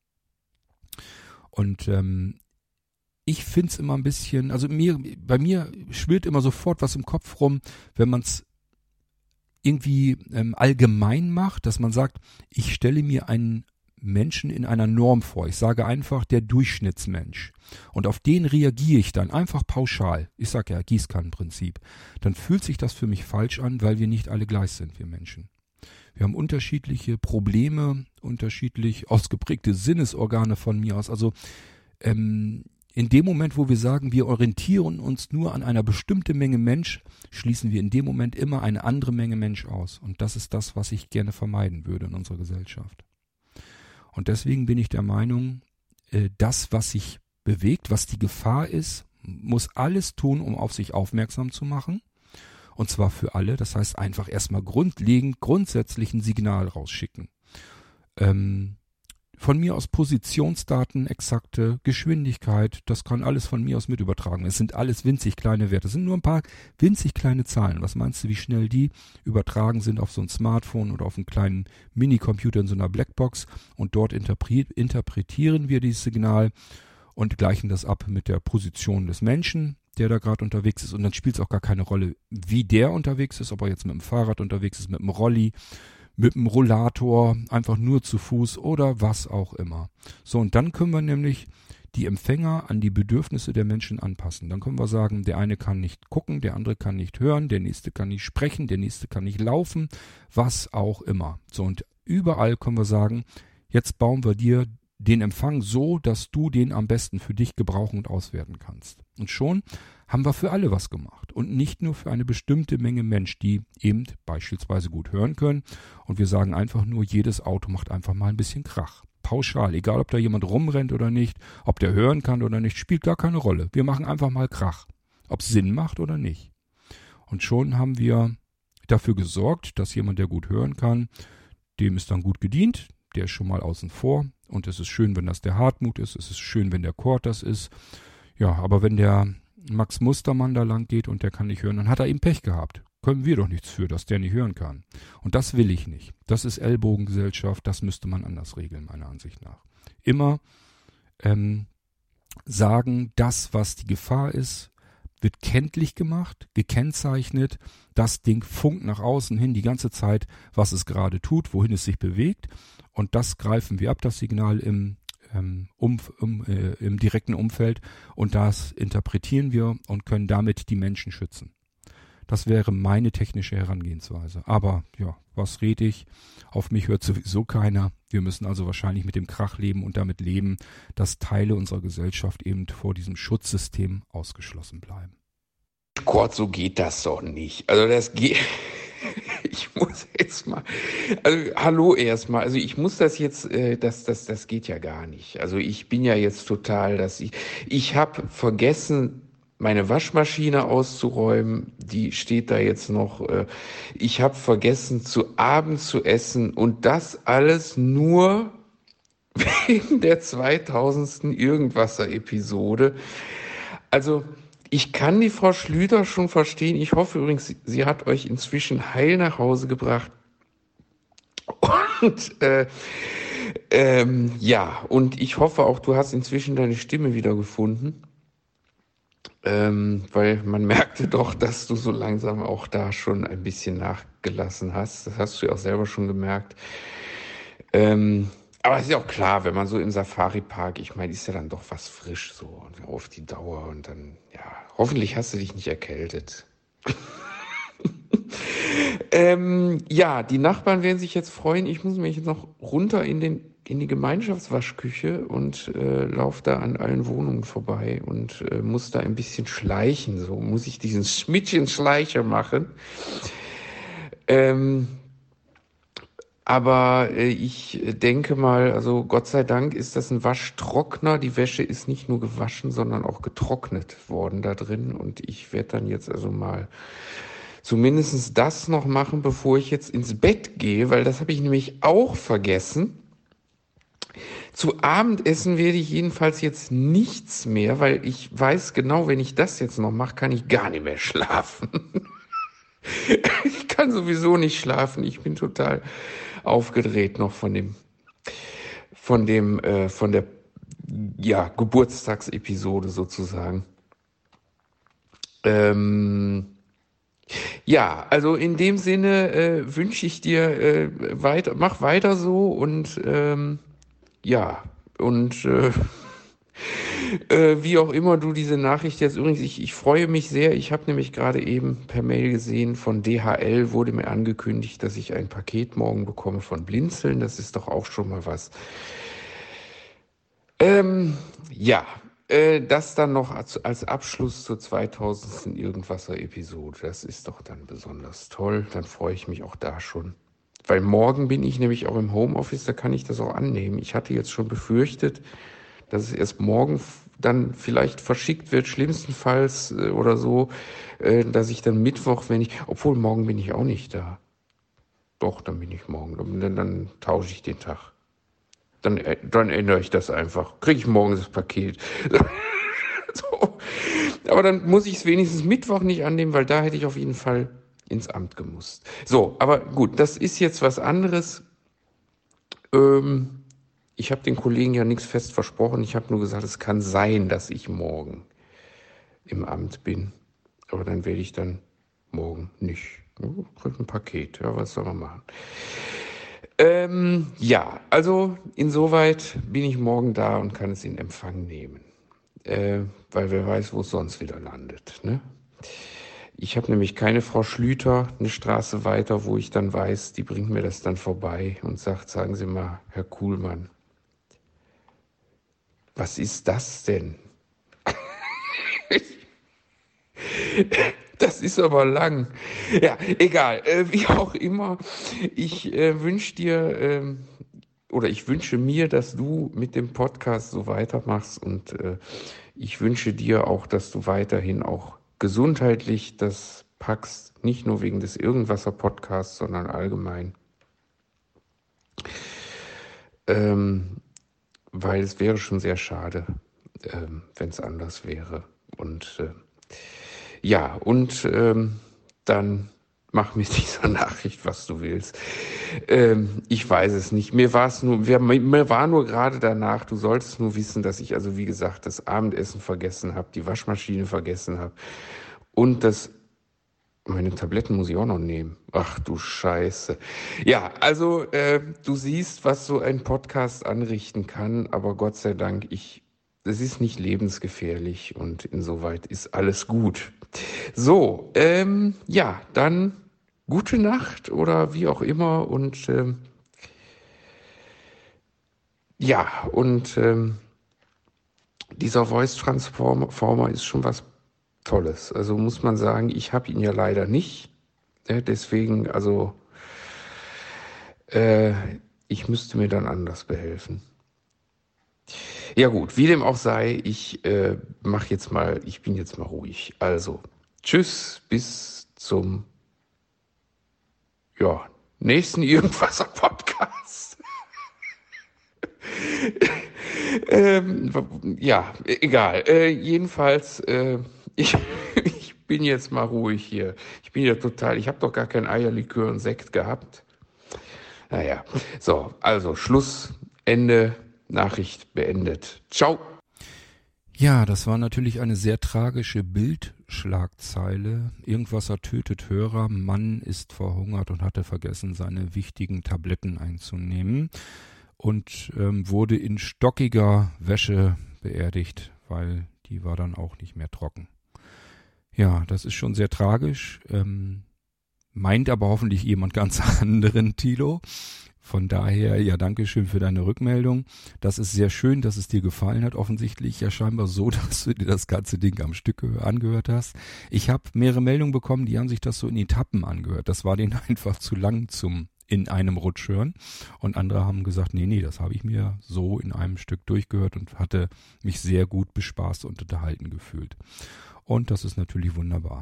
Und ähm, ich finde es immer ein bisschen, also mir, bei mir schwirrt immer sofort was im Kopf rum, wenn man es irgendwie ähm, allgemein macht, dass man sagt, ich stelle mir einen Menschen in einer Norm vor. Ich sage einfach der Durchschnittsmensch. Und auf den reagiere ich dann einfach pauschal. Ich sage ja Gießkannenprinzip. Dann fühlt sich das für mich falsch an, weil wir nicht alle gleich sind, wir Menschen. Wir haben unterschiedliche Probleme, unterschiedlich ausgeprägte Sinnesorgane von mir aus. Also ähm, in dem Moment, wo wir sagen, wir orientieren uns nur an einer bestimmten Menge Mensch, schließen wir in dem Moment immer eine andere Menge Mensch aus. Und das ist das, was ich gerne vermeiden würde in unserer Gesellschaft. Und deswegen bin ich der Meinung, äh, das, was sich bewegt, was die Gefahr ist, muss alles tun, um auf sich aufmerksam zu machen. Und zwar für alle. Das heißt einfach erstmal grundlegend, grundsätzlich ein Signal rausschicken. Ähm, von mir aus Positionsdaten, exakte Geschwindigkeit, das kann alles von mir aus mit übertragen. Es sind alles winzig kleine Werte. Es sind nur ein paar winzig kleine Zahlen. Was meinst du, wie schnell die übertragen sind auf so ein Smartphone oder auf einen kleinen Minicomputer in so einer Blackbox? Und dort interpre- interpretieren wir dieses Signal und gleichen das ab mit der Position des Menschen, der da gerade unterwegs ist. Und dann spielt es auch gar keine Rolle, wie der unterwegs ist, ob er jetzt mit dem Fahrrad unterwegs ist, mit dem Rolli, mit dem Rollator, einfach nur zu Fuß oder was auch immer. So, und dann können wir nämlich die Empfänger an die Bedürfnisse der Menschen anpassen. Dann können wir sagen, der eine kann nicht gucken, der andere kann nicht hören, der nächste kann nicht sprechen, der nächste kann nicht laufen, was auch immer. So, und überall können wir sagen, jetzt bauen wir dir den Empfang so, dass du den am besten für dich gebrauchen und auswerten kannst. Und schon haben wir für alle was gemacht und nicht nur für eine bestimmte Menge Mensch, die eben beispielsweise gut hören können. Und wir sagen einfach nur, jedes Auto macht einfach mal ein bisschen Krach. Pauschal, egal ob da jemand rumrennt oder nicht, ob der hören kann oder nicht, spielt gar keine Rolle. Wir machen einfach mal Krach, ob es Sinn macht oder nicht. Und schon haben wir dafür gesorgt, dass jemand, der gut hören kann, dem ist dann gut gedient, der ist schon mal außen vor. Und es ist schön, wenn das der Hartmut ist, es ist schön, wenn der Kurt das ist. Ja, aber wenn der Max Mustermann da lang geht und der kann nicht hören, dann hat er eben Pech gehabt. Können wir doch nichts für, dass der nicht hören kann. Und das will ich nicht. Das ist Ellbogengesellschaft, das müsste man anders regeln, meiner Ansicht nach. Immer ähm, sagen, das, was die Gefahr ist, wird kenntlich gemacht, gekennzeichnet. Das Ding funkt nach außen hin die ganze Zeit, was es gerade tut, wohin es sich bewegt. Und das greifen wir ab, das Signal im Ähm, um, um, äh, im direkten Umfeld und das interpretieren wir und können damit die Menschen schützen. Das wäre meine technische Herangehensweise. Aber ja, was rede ich? Auf mich hört sowieso keiner. Wir müssen also wahrscheinlich mit dem Krach leben und damit leben, dass Teile unserer Gesellschaft eben vor diesem Schutzsystem ausgeschlossen bleiben. Gott, so geht das doch nicht. Also das geht... Ich muss jetzt mal, also hallo erstmal, also ich muss das jetzt, äh, das, das, das geht ja gar nicht. Also ich bin ja jetzt total, dass ich, ich habe vergessen, meine Waschmaschine auszuräumen, die steht da jetzt noch. Äh, ich habe vergessen, zu Abend zu essen und das alles nur wegen der zweitausendsten Irgendwasser-Episode. Also ich kann die Frau Schlüter schon verstehen. Ich hoffe übrigens, sie hat euch inzwischen heil nach Hause gebracht. Und äh, ähm, ja, und ich hoffe auch, du hast inzwischen deine Stimme wieder gefunden. Ähm, weil man merkte doch, dass du so langsam auch da schon ein bisschen nachgelassen hast. Das hast du ja auch selber schon gemerkt. Ähm, aber es ist ja auch klar, wenn man so im Safari-Park, ich meine, ist ja dann doch was frisch so auf die Dauer und dann, ja, hoffentlich hast du dich nicht erkältet. ähm, ja, die Nachbarn werden sich jetzt freuen. Ich muss mich jetzt noch runter in den in die Gemeinschaftswaschküche und äh, laufe da an allen Wohnungen vorbei und äh, muss da ein bisschen schleichen. So muss ich diesen Schmidtchen-Schleicher machen. Ähm, Aber äh, ich denke mal, also Gott sei Dank ist das ein Waschtrockner. Die Wäsche ist nicht nur gewaschen, sondern auch getrocknet worden da drin. Und ich werde dann jetzt also mal zumindest das noch machen, bevor ich jetzt ins Bett gehe, weil das habe ich nämlich auch vergessen. Zu Abendessen werde ich jedenfalls jetzt nichts mehr, weil ich weiß genau, wenn ich das jetzt noch mache, kann ich gar nicht mehr schlafen. Ich kann sowieso nicht schlafen. Ich bin total aufgedreht noch von dem, von dem, äh, von der, ja, Geburtstagsepisode sozusagen. Ähm, ja, also in dem Sinne äh, wünsche ich dir äh, weiter, mach weiter so und ähm, ja, und äh, äh, wie auch immer du diese Nachricht jetzt übrigens, ich, ich freue mich sehr, ich habe nämlich gerade eben per Mail gesehen, von D H L wurde mir angekündigt, dass ich ein Paket morgen bekomme von Blinzeln, das ist doch auch schon mal was. Ähm, ja, äh, das dann noch als, als Abschluss zur zweitausendsten Irgendwasser-Episode, das ist doch dann besonders toll, dann freue ich mich auch da schon. Weil morgen bin ich nämlich auch im Homeoffice, da kann ich das auch annehmen. Ich hatte jetzt schon befürchtet, dass es erst morgen dann vielleicht verschickt wird, schlimmstenfalls äh, oder so, äh, dass ich dann Mittwoch, wenn ich, obwohl morgen bin ich auch nicht da. Doch, dann bin ich morgen, dann, dann tausche ich den Tag. Dann, dann ändere ich das einfach. Kriege ich morgen das Paket. So. Aber dann muss ich es wenigstens Mittwoch nicht annehmen, weil da hätte ich auf jeden Fall ins Amt gemusst. So, aber gut, das ist jetzt was anderes. Ähm, ich habe den Kollegen ja nichts fest versprochen. Ich habe nur gesagt, es kann sein, dass ich morgen im Amt bin. Aber dann werde ich dann morgen nicht. Kriege ein Paket. Ja, was soll man machen? Ähm, ja, also insoweit bin ich morgen da und kann es in Empfang nehmen. Äh, weil wer weiß, wo es sonst wieder landet, ne? Ich habe nämlich keine Frau Schlüter, eine Straße weiter, wo ich dann weiß, die bringt mir das dann vorbei und sagt, sagen Sie mal, Herr Kuhlmann, was ist das denn? Das ist aber lang. Ja, egal, äh, wie auch immer. Ich äh, wünsche dir, äh, oder ich wünsche mir, dass du mit dem Podcast so weitermachst und äh, ich wünsche dir auch, dass du weiterhin auch gesundheitlich das packst, nicht nur wegen des Irgendwasser-Podcasts, sondern allgemein. Ähm, weil es wäre schon sehr schade, ähm, wenn es anders wäre. Und äh, ja, und ähm, dann mach mit dieser Nachricht, was du willst. Ähm, ich weiß es nicht. Mir war es nur, mir, mir war nur gerade danach, du solltest nur wissen, dass ich also, wie gesagt, das Abendessen vergessen habe, die Waschmaschine vergessen habe und das, meine Tabletten muss ich auch noch nehmen. Ach du Scheiße. Ja, also äh, du siehst, was so ein Podcast anrichten kann, aber Gott sei Dank, ich, es ist nicht lebensgefährlich und insoweit ist alles gut. So, ähm, ja, dann gute Nacht oder wie auch immer und ähm, ja, und ähm, dieser Voice Transformer ist schon was Tolles. Also muss man sagen, ich habe ihn ja leider nicht. Ja, deswegen, also äh, ich müsste mir dann anders behelfen. Ja gut, wie dem auch sei, ich äh, mach jetzt mal, ich bin jetzt mal ruhig. Also, tschüss, bis zum ja, nächsten Irgendwasser-Podcast. ähm, ja, egal. Äh, jedenfalls, äh, ich, ich bin jetzt mal ruhig hier. Ich bin ja total, ich habe doch gar kein Eierlikör und Sekt gehabt. Naja, so, also Schluss, Ende, Nachricht beendet. Ciao. Ja, das war natürlich eine sehr tragische Bildschlagzeile. Irgendwasser tötet Hörer, Mann ist verhungert und hatte vergessen, seine wichtigen Tabletten einzunehmen und ähm, wurde in stockiger Wäsche beerdigt, weil die war dann auch nicht mehr trocken. Ja, das ist schon sehr tragisch, ähm, meint aber hoffentlich jemand ganz anderen, Thilo. Von daher, ja, Dankeschön für deine Rückmeldung. Das ist sehr schön, dass es dir gefallen hat. Offensichtlich ja scheinbar so, dass du dir das ganze Ding am Stück angehört hast. Ich habe mehrere Meldungen bekommen, die haben sich das so in Etappen angehört. Das war denen einfach zu lang zum in einem Rutsch hören. Und andere haben gesagt, nee, nee, das habe ich mir so in einem Stück durchgehört und hatte mich sehr gut bespaßt und unterhalten gefühlt. Und das ist natürlich wunderbar.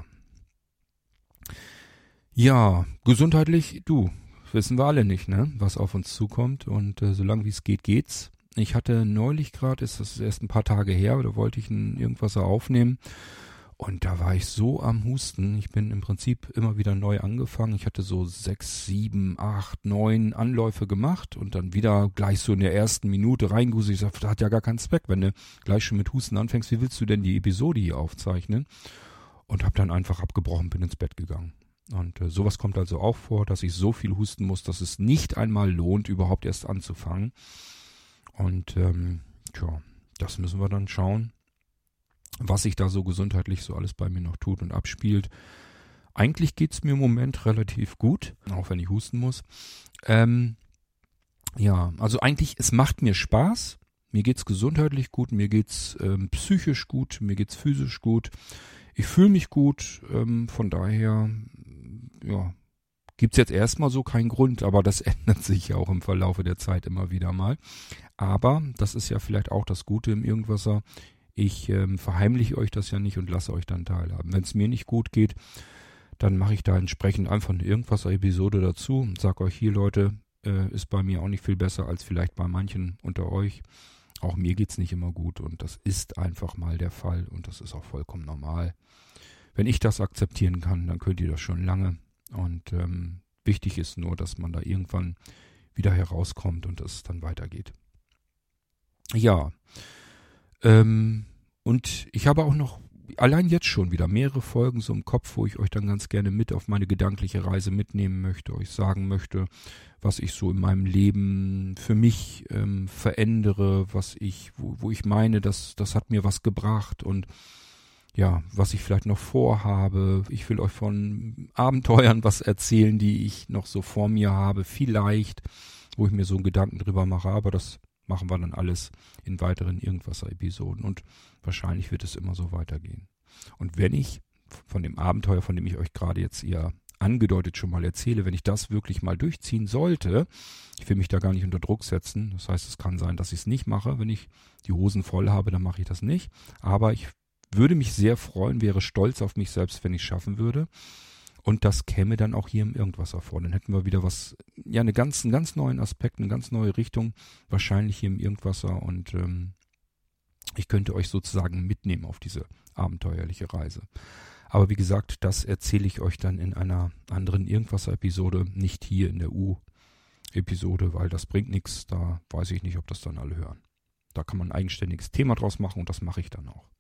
Ja, gesundheitlich, du, wissen wir alle nicht, ne, was auf uns zukommt und äh, solange wie es geht, geht's. Ich hatte neulich gerade, ist das erst ein paar Tage her, da wollte ich ein Irgendwasser aufnehmen Und da war ich so am Husten. Ich bin im Prinzip immer wieder neu angefangen. Ich hatte so sechs, sieben, acht, neun Anläufe gemacht und dann wieder gleich so in der ersten Minute reingehustet. Ich sagte, das hat ja gar keinen Zweck. Wenn du gleich schon mit Husten anfängst, wie willst du denn die Episode hier aufzeichnen? Und habe dann einfach abgebrochen, bin ins Bett gegangen. Und äh, sowas kommt also auch vor, dass ich so viel husten muss, dass es nicht einmal lohnt, überhaupt erst anzufangen. Und ähm, tja, das müssen wir dann schauen, was sich da so gesundheitlich so alles bei mir noch tut und abspielt. Eigentlich geht's mir im Moment relativ gut, auch wenn ich husten muss. Ähm, ja, also eigentlich, es macht mir Spaß. Mir geht's gesundheitlich gut, mir geht's ähm, psychisch gut, mir geht's physisch gut. Ich fühle mich gut, ähm, von daher, ja, gibt's jetzt erstmal so keinen Grund, aber das ändert sich ja auch im Verlaufe der Zeit immer wieder mal. Aber das ist ja vielleicht auch das Gute im Irgendwasser. Ich ähm, verheimliche euch das ja nicht und lasse euch dann teilhaben. Wenn es mir nicht gut geht, dann mache ich da entsprechend einfach eine Irgendwasser-Episode dazu und sage euch, hier Leute, äh, ist bei mir auch nicht viel besser als vielleicht bei manchen unter euch. Auch mir geht's nicht immer gut und das ist einfach mal der Fall und das ist auch vollkommen normal. Wenn ich das akzeptieren kann, dann könnt ihr das schon lange. Und ähm, wichtig ist nur, dass man da irgendwann wieder herauskommt und es dann weitergeht. Ja, ähm, und ich habe auch noch allein jetzt schon wieder mehrere Folgen so im Kopf, wo ich euch dann ganz gerne mit auf meine gedankliche Reise mitnehmen möchte, euch sagen möchte, was ich so in meinem Leben für mich ähm, verändere, was ich, wo, wo ich meine, dass das hat mir was gebracht und ja, was ich vielleicht noch vorhabe. Ich will euch von Abenteuern was erzählen, die ich noch so vor mir habe, vielleicht, wo ich mir so einen Gedanken drüber mache, aber das machen wir dann alles in weiteren Irgendwasser-Episoden und wahrscheinlich wird es immer so weitergehen. Und wenn ich von dem Abenteuer, von dem ich euch gerade jetzt eher angedeutet schon mal erzähle, wenn ich das wirklich mal durchziehen sollte, ich will mich da gar nicht unter Druck setzen, das heißt, es kann sein, dass ich es nicht mache, wenn ich die Hosen voll habe, dann mache ich das nicht, aber ich würde mich sehr freuen, wäre stolz auf mich selbst, wenn ich es schaffen würde. Und das käme dann auch hier im Irgendwasser vor. Dann hätten wir wieder was, ja, eine ganz, einen ganz neuen Aspekt, eine ganz neue Richtung, wahrscheinlich hier im Irgendwasser. Und ähm, ich könnte euch sozusagen mitnehmen auf diese abenteuerliche Reise. Aber wie gesagt, das erzähle ich euch dann in einer anderen Irgendwasser-Episode, nicht hier in der U-Episode, weil das bringt nichts. Da weiß ich nicht, ob das dann alle hören. Da kann man ein eigenständiges Thema draus machen und das mache ich dann auch.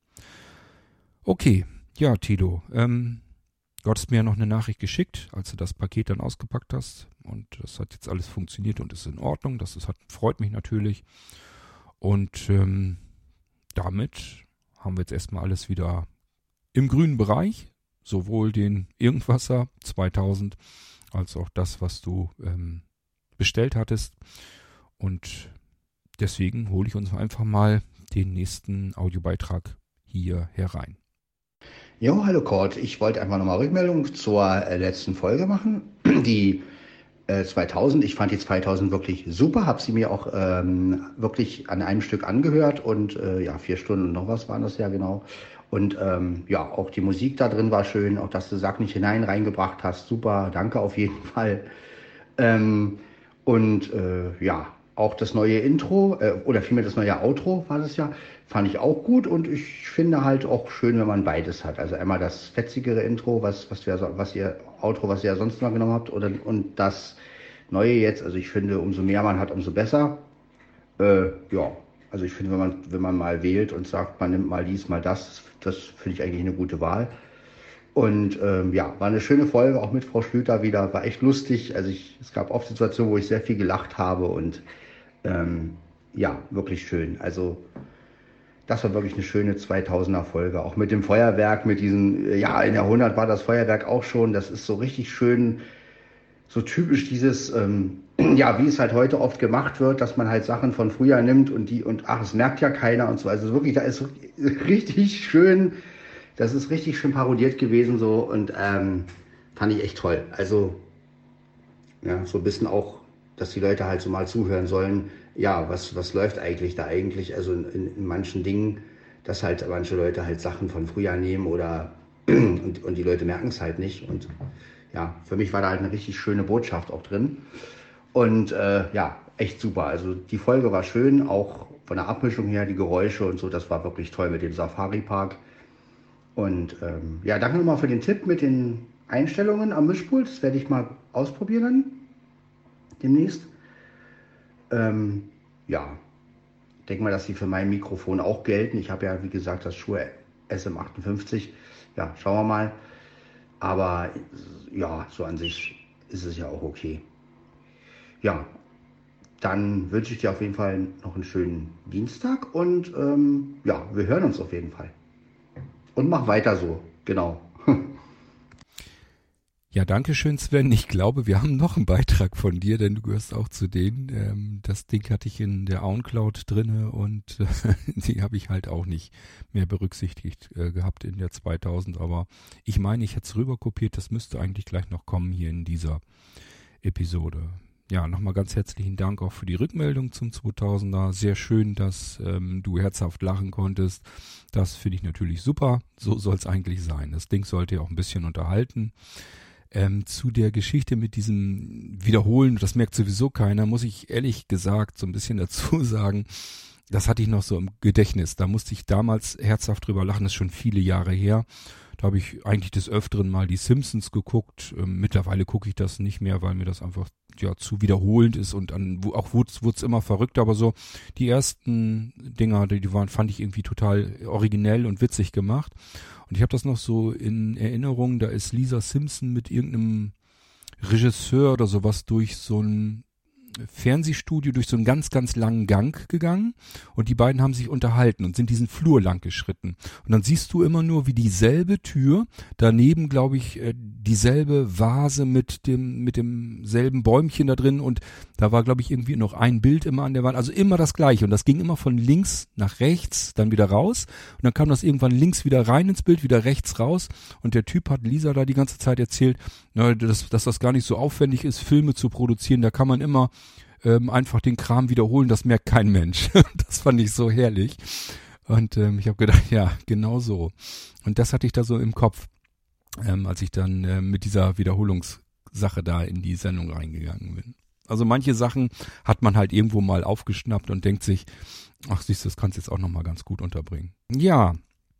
Okay, ja, Tilo, ähm, du hattest mir ja noch eine Nachricht geschickt, als du das Paket dann ausgepackt hast. Und das hat jetzt alles funktioniert und ist in Ordnung. Das ist, hat, freut mich natürlich. Und ähm, damit haben wir jetzt erstmal alles wieder im grünen Bereich. Sowohl den Irgendwasser zweitausend als auch das, was du ähm, bestellt hattest. Und deswegen hole ich uns einfach mal den nächsten Audiobeitrag hier herein. Jo, hallo Kurt. Ich wollte einfach nochmal Rückmeldung zur äh, letzten Folge machen. Die äh, zweitausend, ich fand die zweitausend wirklich super, habe sie mir auch ähm, wirklich an einem Stück angehört und äh, ja, vier Stunden und noch was waren das ja genau. Und ähm, ja, auch die Musik da drin war schön, auch dass du Sack nicht hinein reingebracht hast, super, danke auf jeden Fall. Ähm, und äh, ja, auch das neue Intro äh, oder vielmehr das neue Outro war das ja, fand ich auch gut und ich finde halt auch schön, wenn man beides hat. Also einmal das fetzigere Intro, was was wir was ihr Outro, was ihr ja sonst mal genommen habt, oder und das neue jetzt. Also ich finde, umso mehr man hat, umso besser. Äh, ja, also ich finde, wenn man wenn man mal wählt und sagt, man nimmt mal dies, mal das, das finde ich eigentlich eine gute Wahl. Und ähm, ja, war eine schöne Folge, auch mit Frau Schlüter wieder, war echt lustig. Also ich, es gab oft Situationen, wo ich sehr viel gelacht habe und ähm, ja, wirklich schön. Also das war wirklich eine schöne zweitausender Folge, auch mit dem Feuerwerk, mit diesen, ja, in der hundert war das Feuerwerk auch schon, das ist so richtig schön, so typisch dieses, ähm, ja, wie es halt heute oft gemacht wird, dass man halt Sachen von früher nimmt und die, und ach, es merkt ja keiner und so, also wirklich, da ist richtig schön, das ist richtig schön parodiert gewesen so und ähm, fand ich echt toll, also ja, so ein bisschen auch, dass die Leute halt so mal zuhören sollen, ja, was, was läuft eigentlich da eigentlich, also in, in manchen Dingen, dass halt manche Leute halt Sachen von früher nehmen oder und, und die Leute merken es halt nicht und ja, für mich war da halt eine richtig schöne Botschaft auch drin und äh, ja, echt super, also die Folge war schön, auch von der Abmischung her, die Geräusche und so, das war wirklich toll mit dem Safari-Park Und ähm, ja, danke nochmal für den Tipp mit den Einstellungen am Mischpult. Das werde ich mal ausprobieren dann demnächst. Ähm, ja, ich denke mal, dass die für mein Mikrofon auch gelten. Ich habe ja, wie gesagt, das Shure S M achtundfünfzig. Ja, schauen wir mal. Aber ja, so an sich ist es ja auch okay. Ja, dann wünsche ich dir auf jeden Fall noch einen schönen Dienstag und ähm, ja, wir hören uns auf jeden Fall. Und mach weiter so, genau. Ja, danke schön, Sven. Ich glaube, wir haben noch einen Beitrag von dir, denn du gehörst auch zu denen. Ähm, das Ding hatte ich in der OwnCloud drinne und äh, die habe ich halt auch nicht mehr berücksichtigt äh, gehabt in der zweitausend. Aber ich meine, ich hätte es rüber kopiert. Das müsste eigentlich gleich noch kommen hier in dieser Episode. Ja, nochmal ganz herzlichen Dank auch für die Rückmeldung zum zweitausender. Sehr schön, dass ähm, du herzhaft lachen konntest. Das finde ich natürlich super. So soll es eigentlich sein. Das Ding sollte ja auch ein bisschen unterhalten. Ähm, zu der Geschichte mit diesem Wiederholen, das merkt sowieso keiner, muss ich ehrlich gesagt so ein bisschen dazu sagen, das hatte ich noch so im Gedächtnis. Da musste ich damals herzhaft drüber lachen, das ist schon viele Jahre her. Da habe ich eigentlich des Öfteren mal die Simpsons geguckt. Ähm, mittlerweile gucke ich das nicht mehr, weil mir das einfach ja zu wiederholend ist und an, wo, auch wurde es immer verrückter, aber so die ersten Dinger, die, die waren, fand ich irgendwie total originell und witzig gemacht. Und ich habe das noch so in Erinnerung, da ist Lisa Simpson mit irgendeinem Regisseur oder sowas durch so ein Fernsehstudio, durch so einen ganz, ganz langen Gang gegangen und die beiden haben sich unterhalten und sind diesen Flur lang geschritten. Und dann siehst du immer nur, wie dieselbe Tür, daneben, glaube ich, dieselbe Vase mit dem, mit demselben Bäumchen da drin und da war, glaube ich, irgendwie noch ein Bild immer an der Wand, also immer das Gleiche und das ging immer von links nach rechts, dann wieder raus und dann kam das irgendwann links wieder rein ins Bild, wieder rechts raus und der Typ hat Lisa da die ganze Zeit erzählt, na, dass, dass das gar nicht so aufwendig ist, Filme zu produzieren, da kann man immer ähm, einfach den Kram wiederholen, das merkt kein Mensch. Das fand ich so herrlich und ähm, ich habe gedacht, ja, genau so. Und das hatte ich da so im Kopf, ähm, als ich dann äh, mit dieser Wiederholungssache da in die Sendung reingegangen bin. Also manche Sachen hat man halt irgendwo mal aufgeschnappt und denkt sich, ach siehst du, das kannst du jetzt auch nochmal ganz gut unterbringen. Ja,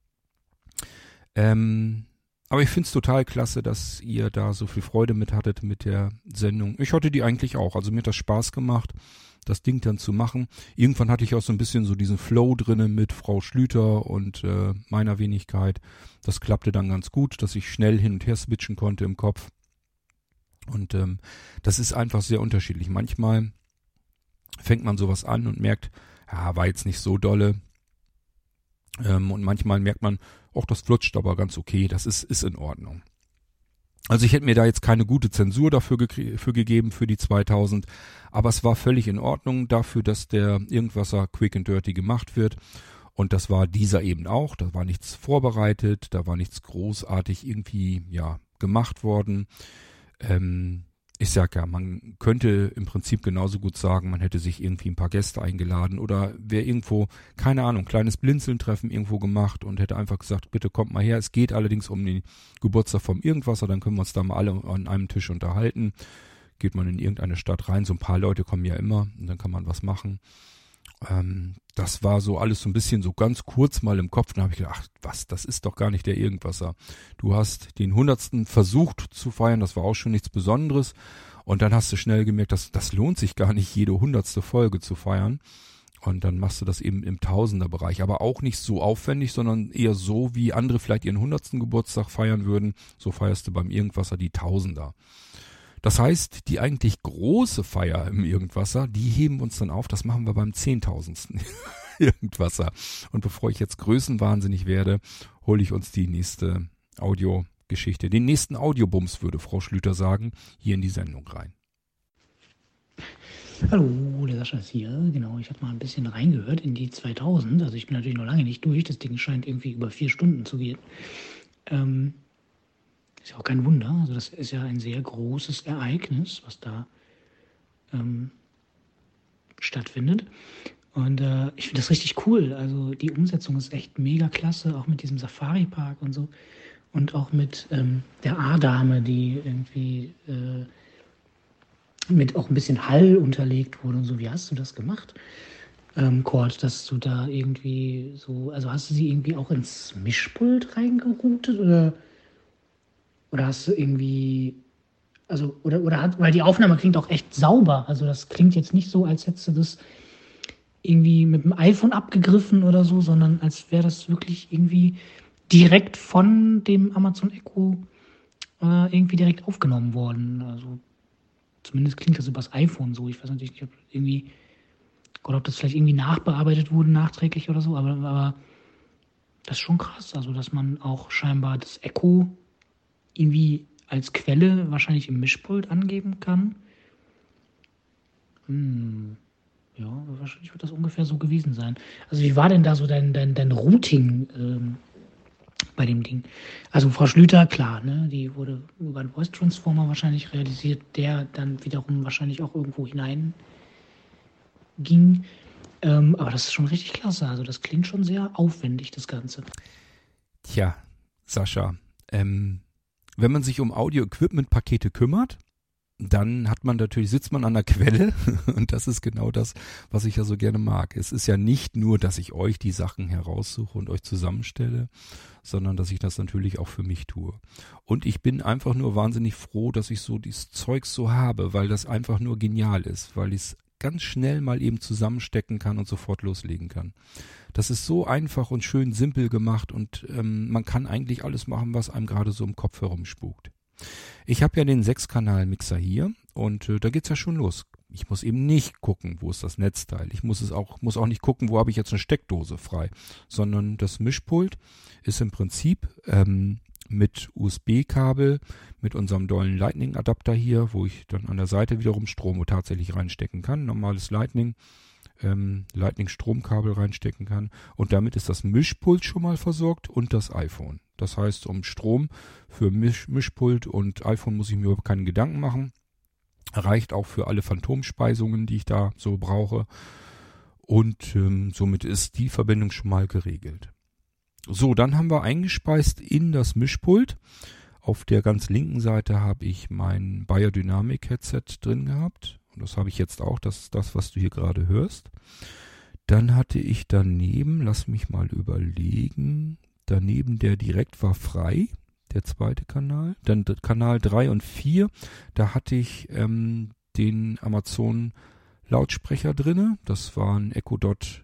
ähm, aber ich find's total klasse, dass ihr da so viel Freude mit hattet mit der Sendung. Ich hatte die eigentlich auch, also mir hat das Spaß gemacht, das Ding dann zu machen. Irgendwann hatte ich auch so ein bisschen so diesen Flow drinnen mit Frau Schlüter und äh, meiner Wenigkeit. Das klappte dann ganz gut, dass ich schnell hin und her switchen konnte im Kopf. Und ähm, das ist einfach sehr unterschiedlich. Manchmal fängt man sowas an und merkt, ja, war jetzt nicht so dolle. Ähm, und manchmal merkt man, ach, das flutscht aber ganz okay, das ist ist in Ordnung. Also ich hätte mir da jetzt keine gute Zensur dafür ge- für gegeben für die zweitausend, aber es war völlig in Ordnung dafür, dass der Irgendwasser quick and dirty gemacht wird. Und das war dieser eben auch, da war nichts vorbereitet, da war nichts großartig irgendwie ja gemacht worden. Ähm, ich sag ja, man könnte im Prinzip genauso gut sagen, man hätte sich irgendwie ein paar Gäste eingeladen oder wäre irgendwo, keine Ahnung, kleines Blinzeln-Treffen irgendwo gemacht und hätte einfach gesagt, bitte kommt mal her. Es geht allerdings um den Geburtstag vom Irgendwasser, dann können wir uns da mal alle an einem Tisch unterhalten. Geht man in irgendeine Stadt rein, so ein paar Leute kommen ja immer und dann kann man was machen. Ähm, das war so alles so ein bisschen so ganz kurz mal im Kopf. Dann habe ich gedacht, ach, was, das ist doch gar nicht der Irgendwasser. Du hast den hundertsten versucht zu feiern, das war auch schon nichts Besonderes. Und dann hast du schnell gemerkt, dass das lohnt sich gar nicht, jede hundertste Folge zu feiern. Und dann machst du das eben im Tausenderbereich. Aber auch nicht so aufwendig, sondern eher so, wie andere vielleicht ihren hundertsten Geburtstag feiern würden. So feierst du beim Irgendwasser die Tausender. Das heißt, die eigentlich große Feier im Irgendwasser, die heben uns dann auf, das machen wir beim zehntausendsten Irgendwasser. Und bevor ich jetzt größenwahnsinnig werde, hole ich uns die nächste Audiogeschichte, den nächsten Audiobums, würde Frau Schlüter sagen, hier in die Sendung rein. Hallo, der Sascha ist hier. Genau, ich habe mal ein bisschen reingehört in die zweitausend. Also ich bin natürlich noch lange nicht durch. Das Ding scheint irgendwie über vier Stunden zu gehen. Ähm... Ist ja auch kein Wunder, also das ist ja ein sehr großes Ereignis, was da ähm, stattfindet. Und äh, ich finde das richtig cool, also die Umsetzung ist echt mega klasse, auch mit diesem Safari-Park und so. Und auch mit ähm, der A-Dame, die irgendwie äh, mit auch ein bisschen Hall unterlegt wurde und so. Wie hast du das gemacht? ähm, Cord, dass du da irgendwie so, also hast du sie irgendwie auch ins Mischpult reingeroutet oder, oder hast du irgendwie, also, oder, oder hat, weil die Aufnahme klingt auch echt sauber, also das klingt jetzt nicht so, als hättest du das irgendwie mit dem iPhone abgegriffen oder so, sondern als wäre das wirklich irgendwie direkt von dem Amazon Echo äh, irgendwie direkt aufgenommen worden. Also zumindest klingt das übers iPhone so. Ich weiß natürlich nicht, ob irgendwie, oder ob das vielleicht irgendwie nachbearbeitet wurde nachträglich oder so, aber, aber das ist schon krass, also dass man auch scheinbar das Echo irgendwie als Quelle wahrscheinlich im Mischpult angeben kann. Hm. Ja, wahrscheinlich wird das ungefähr so gewesen sein. Also wie war denn da so dein, dein, dein Routing ähm, bei dem Ding? Also Frau Schlüter, klar, ne, die wurde über einen Voice Transformer wahrscheinlich realisiert, der dann wiederum wahrscheinlich auch irgendwo hinein ging. Ähm, aber das ist schon richtig klasse. Also das klingt schon sehr aufwendig, das Ganze. Tja, Sascha, ähm, wenn man sich um Audio-Equipment-Pakete kümmert, dann hat man natürlich, sitzt man an der Quelle und das ist genau das, was ich ja so gerne mag. Es ist ja nicht nur, dass ich euch die Sachen heraussuche und euch zusammenstelle, sondern dass ich das natürlich auch für mich tue. Und ich bin einfach nur wahnsinnig froh, dass ich so dieses Zeugs so habe, weil das einfach nur genial ist, weil ich es ganz schnell mal eben zusammenstecken kann und sofort loslegen kann. Das ist so einfach und schön simpel gemacht und ähm, man kann eigentlich alles machen, was einem gerade so im Kopf herumspukt. Ich habe ja den sechs Kanal Mixer hier und äh, da geht's ja schon los. Ich muss eben nicht gucken, wo ist das Netzteil. Ich muss es auch muss auch nicht gucken, wo habe ich jetzt eine Steckdose frei, sondern das Mischpult ist im Prinzip ähm, mit U S B-Kabel, mit unserem dollen Lightning-Adapter hier, wo ich dann an der Seite wiederum Strom tatsächlich reinstecken kann, normales Lightning, ähm, Lightning-Stromkabel reinstecken kann und damit ist das Mischpult schon mal versorgt und das iPhone. Das heißt, um Strom für Misch, Mischpult und iPhone muss ich mir überhaupt keinen Gedanken machen. Reicht auch für alle Phantomspeisungen, die ich da so brauche. Und ähm, somit ist die Verbindung schon mal geregelt. So, dann haben wir eingespeist in das Mischpult. Auf der ganz linken Seite habe ich mein Biodynamic-Headset drin gehabt. Und das habe ich jetzt auch, das ist das, was du hier gerade hörst. Dann hatte ich daneben, lass mich mal überlegen, daneben der direkt war frei, der zweite Kanal. Dann Kanal drei und vier, da hatte ich ähm, den Amazon Lautsprecher drinne. Das war ein Echo Dot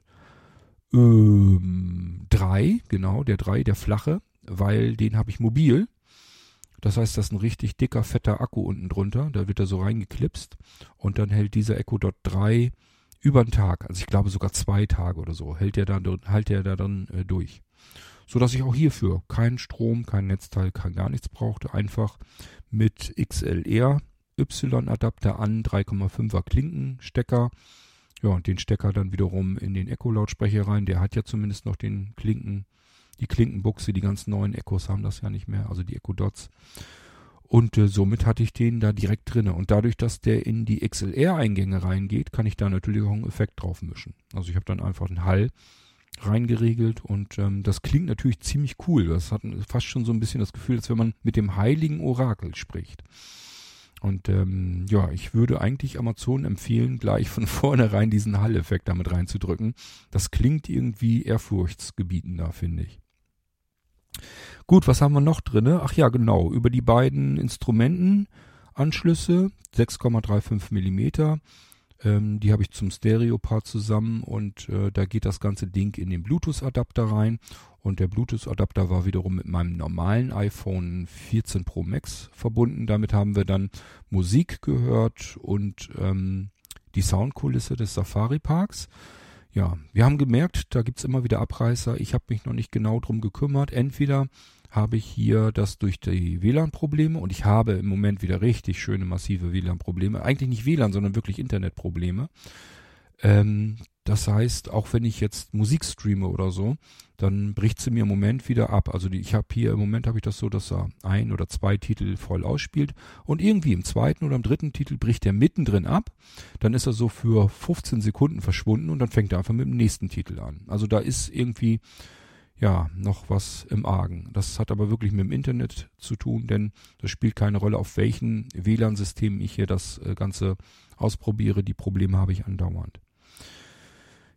ähm, drei, genau, der drei, der flache, weil den habe ich mobil. Das heißt, das ist ein richtig dicker, fetter Akku unten drunter. Da wird er so reingeklipst und dann hält dieser Echo Dot drei über einen Tag, also ich glaube sogar zwei Tage oder so, hält er da, hält er da dann äh, durch. So dass ich auch hierfür keinen Strom, kein Netzteil, kein gar nichts brauchte. Einfach mit X L R Y-Adapter an, drei Komma fünfer Klinkenstecker. Ja, und den Stecker dann wiederum in den Echo-Lautsprecher rein. Der hat ja zumindest noch den Klinken, die Klinkenbuchse. Die ganz neuen Echos haben das ja nicht mehr, also die Echo Dots. Und äh, somit hatte ich den da direkt drinne. Und dadurch, dass der in die X L R-Eingänge reingeht, kann ich da natürlich auch einen Effekt drauf mischen. Also ich habe dann einfach einen Hall reingeregelt und ähm, das klingt natürlich ziemlich cool. Das hat fast schon so ein bisschen das Gefühl, als wenn man mit dem heiligen Orakel spricht. Und ähm, ja, ich würde eigentlich Amazon empfehlen, gleich von vornherein diesen Hall-Effekt damit reinzudrücken. Das klingt irgendwie ehrfurchtsgebietender, finde ich. Gut, was haben wir noch drinne? Ach ja, genau, über die beiden Instrumentenanschlüsse, sechs Komma fünfunddreißig Millimeter, ähm, die habe ich zum Stereo-Part zusammen und äh, da geht das ganze Ding in den Bluetooth-Adapter rein und der Bluetooth-Adapter war wiederum mit meinem normalen iPhone vierzehn Pro Max verbunden. Damit haben wir dann Musik gehört und ähm, die Soundkulisse des Safari-Parks. Ja, wir haben gemerkt, da gibt's immer wieder Abreißer. Ich habe mich noch nicht genau drum gekümmert. Entweder habe ich hier das durch die W L A N-Probleme und ich habe im Moment wieder richtig schöne, massive W L A N-Probleme. Eigentlich nicht W L A N, sondern wirklich Internetprobleme. Ähm, das heißt, auch wenn ich jetzt Musik streame oder so, dann bricht sie mir im Moment wieder ab. Also die, ich habe hier, im Moment habe ich das so, dass er ein oder zwei Titel voll ausspielt und irgendwie im zweiten oder im dritten Titel bricht er mittendrin ab. Dann ist er so für fünfzehn Sekunden verschwunden und dann fängt er einfach mit dem nächsten Titel an. Also da ist irgendwie ja noch was im Argen. Das hat aber wirklich mit dem Internet zu tun, denn das spielt keine Rolle, auf welchen W L A N-Systemen ich hier das äh, Ganze ausprobiere. Die Probleme habe ich andauernd.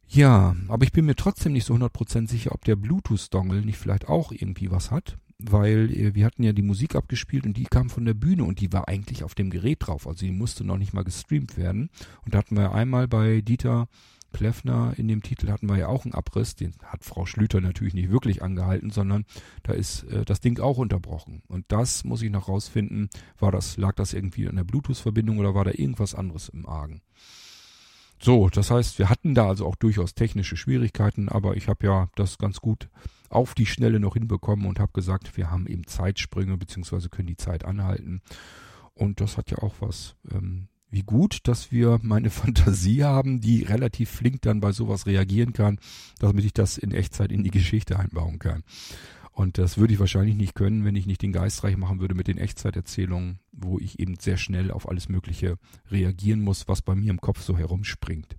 Ja, aber ich bin mir trotzdem nicht so hundert Prozent sicher, ob der Bluetooth-Dongle nicht vielleicht auch irgendwie was hat, weil äh, wir hatten ja die Musik abgespielt und die kam von der Bühne und die war eigentlich auf dem Gerät drauf, also die musste noch nicht mal gestreamt werden. Und da hatten wir einmal bei Dieter Kleffner in dem Titel hatten wir ja auch einen Abriss, den hat Frau Schlüter natürlich nicht wirklich angehalten, sondern da ist äh, das Ding auch unterbrochen. Und das muss ich noch rausfinden, war das, lag das irgendwie an der Bluetooth-Verbindung oder war da irgendwas anderes im Argen? So, das heißt, wir hatten da also auch durchaus technische Schwierigkeiten, aber ich habe ja das ganz gut auf die Schnelle noch hinbekommen und habe gesagt, wir haben eben Zeitsprünge beziehungsweise können die Zeit anhalten. Und das hat ja auch was. Ähm, wie gut, dass wir meine Fantasie haben, die relativ flink dann bei sowas reagieren kann, damit ich das in Echtzeit in die Geschichte einbauen kann. Und das würde ich wahrscheinlich nicht können, wenn ich nicht den Geistreich machen würde mit den Echtzeiterzählungen, wo ich eben sehr schnell auf alles Mögliche reagieren muss, was bei mir im Kopf so herumspringt.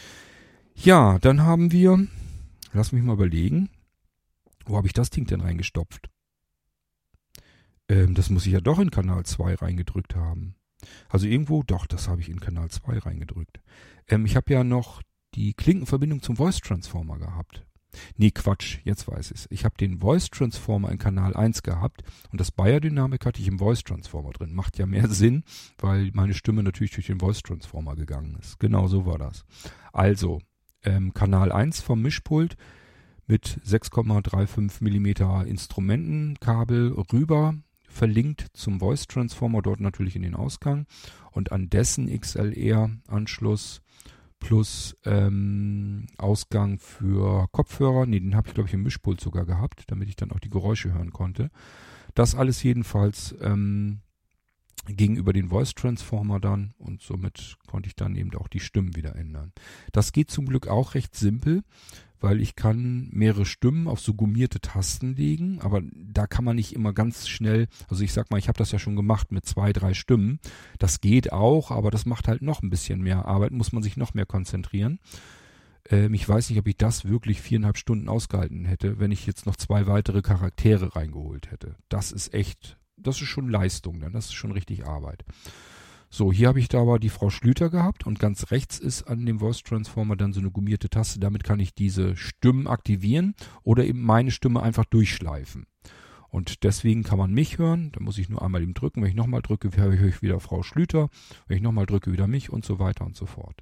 Ja, dann haben wir, lass mich mal überlegen, wo habe ich das Ding denn reingestopft? Ähm, das muss ich ja doch in Kanal zwei reingedrückt haben. Also irgendwo, doch, das habe ich in Kanal zwei reingedrückt. Ähm, ich habe ja noch die Klinkenverbindung zum Voice Transformer gehabt. Nee, Quatsch, jetzt weiß ich's. Ich habe den Voice Transformer in Kanal eins gehabt und das Bayer-Dynamik hatte ich im Voice Transformer drin. Macht ja mehr Sinn, weil meine Stimme natürlich durch den Voice Transformer gegangen ist. Genau so war das. Also, ähm, Kanal eins vom Mischpult mit sechs Komma fünfunddreißig Millimeter Instrumentenkabel rüber, verlinkt zum Voice Transformer, dort natürlich in den Ausgang und an dessen X L R-Anschluss plus ähm, Ausgang für Kopfhörer. Nee, den habe ich, glaube ich, im Mischpult sogar gehabt, damit ich dann auch die Geräusche hören konnte. Das alles jedenfalls ähm, gegenüber den Voice Transformer dann und somit konnte ich dann eben auch die Stimmen wieder ändern. Das geht zum Glück auch recht simpel, weil ich kann mehrere Stimmen auf so gummierte Tasten legen, aber da kann man nicht immer ganz schnell, also ich sag mal, ich habe das ja schon gemacht mit zwei, drei Stimmen. Das geht auch, aber das macht halt noch ein bisschen mehr Arbeit, muss man sich noch mehr konzentrieren. Ähm, ich weiß nicht, ob ich das wirklich viereinhalb Stunden ausgehalten hätte, wenn ich jetzt noch zwei weitere Charaktere reingeholt hätte. Das ist echt, das ist schon Leistung, dann das ist schon richtig Arbeit. So, hier habe ich da aber die Frau Schlüter gehabt und ganz rechts ist an dem Voice Transformer dann so eine gummierte Taste. Damit kann ich diese Stimmen aktivieren oder eben meine Stimme einfach durchschleifen. Und deswegen kann man mich hören. Da muss ich nur einmal eben drücken. Wenn ich nochmal drücke, höre ich wieder Frau Schlüter. Wenn ich nochmal drücke, wieder mich und so weiter und so fort.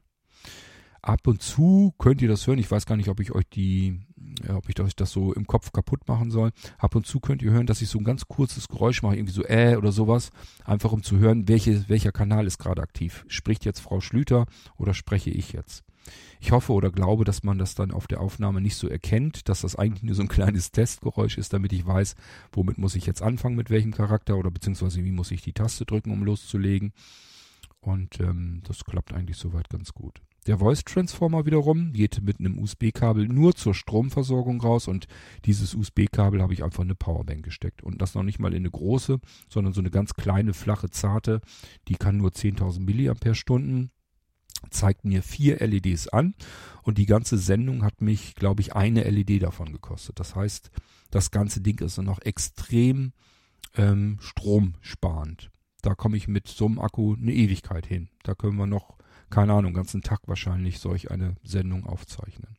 Ab und zu könnt ihr das hören. Ich weiß gar nicht, ob ich euch die, ja, ob ich euch das so im Kopf kaputt machen soll. Ab und zu könnt ihr hören, dass ich so ein ganz kurzes Geräusch mache, irgendwie so äh oder sowas. Einfach um zu hören, welche, welcher Kanal ist gerade aktiv. Spricht jetzt Frau Schlüter oder spreche ich jetzt? Ich hoffe oder glaube, dass man das dann auf der Aufnahme nicht so erkennt, dass das eigentlich nur so ein kleines Testgeräusch ist, damit ich weiß, womit muss ich jetzt anfangen, mit welchem Charakter oder beziehungsweise wie muss ich die Taste drücken, um loszulegen. Und ähm, das klappt eigentlich soweit ganz gut. Der Voice Transformer wiederum geht mit einem U S B-Kabel nur zur Stromversorgung raus und dieses U S B-Kabel habe ich einfach in eine Powerbank gesteckt. Und das noch nicht mal in eine große, sondern so eine ganz kleine, flache, zarte, die kann nur zehntausend Milliampere-Stunden, zeigt mir vier L E Ds an und die ganze Sendung hat mich, glaube ich, eine L E D davon gekostet. Das heißt, das ganze Ding ist dann noch extrem ähm, stromsparend. Da komme ich mit so einem Akku eine Ewigkeit hin. Da können wir noch keine Ahnung, ganzen Tag wahrscheinlich solch eine Sendung aufzeichnen.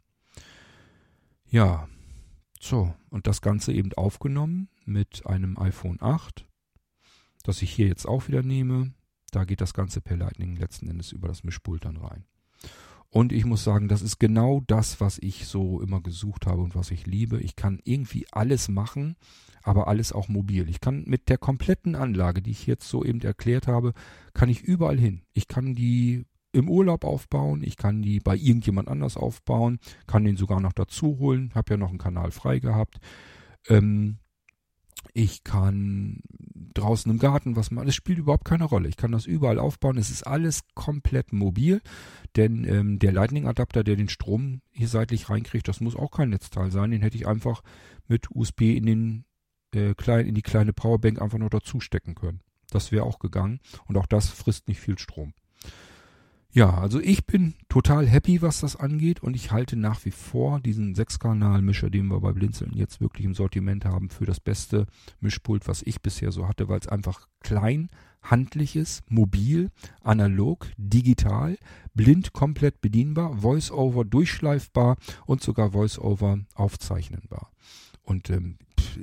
Ja, so, und das Ganze eben aufgenommen mit einem iPhone acht, das ich hier jetzt auch wieder nehme. Da geht das Ganze per Lightning letzten Endes über das Mischpult dann rein. Und ich muss sagen, das ist genau das, was ich so immer gesucht habe und was ich liebe. Ich kann irgendwie alles machen, aber alles auch mobil. Ich kann mit der kompletten Anlage, die ich jetzt so eben erklärt habe, kann ich überall hin. Ich kann die im Urlaub aufbauen, ich kann die bei irgendjemand anders aufbauen, kann den sogar noch dazu holen, habe ja noch einen Kanal frei gehabt. Ähm, ich kann draußen im Garten was machen, es spielt überhaupt keine Rolle. Ich kann das überall aufbauen, es ist alles komplett mobil, denn ähm, der Lightning-Adapter, der den Strom hier seitlich reinkriegt, das muss auch kein Netzteil sein, den hätte ich einfach mit U S B in, den, äh, klein, in die kleine Powerbank einfach noch dazu stecken können. Das wäre auch gegangen und auch das frisst nicht viel Strom. Ja, also ich bin total happy, was das angeht und ich halte nach wie vor diesen Sechs-Kanal-Mischer, den wir bei Blinzeln jetzt wirklich im Sortiment haben, für das beste Mischpult, was ich bisher so hatte, weil es einfach klein, handlich ist, mobil, analog, digital, blind komplett bedienbar, Voice-Over durchschleifbar und sogar Voice-Over aufzeichnenbar. Und ähm,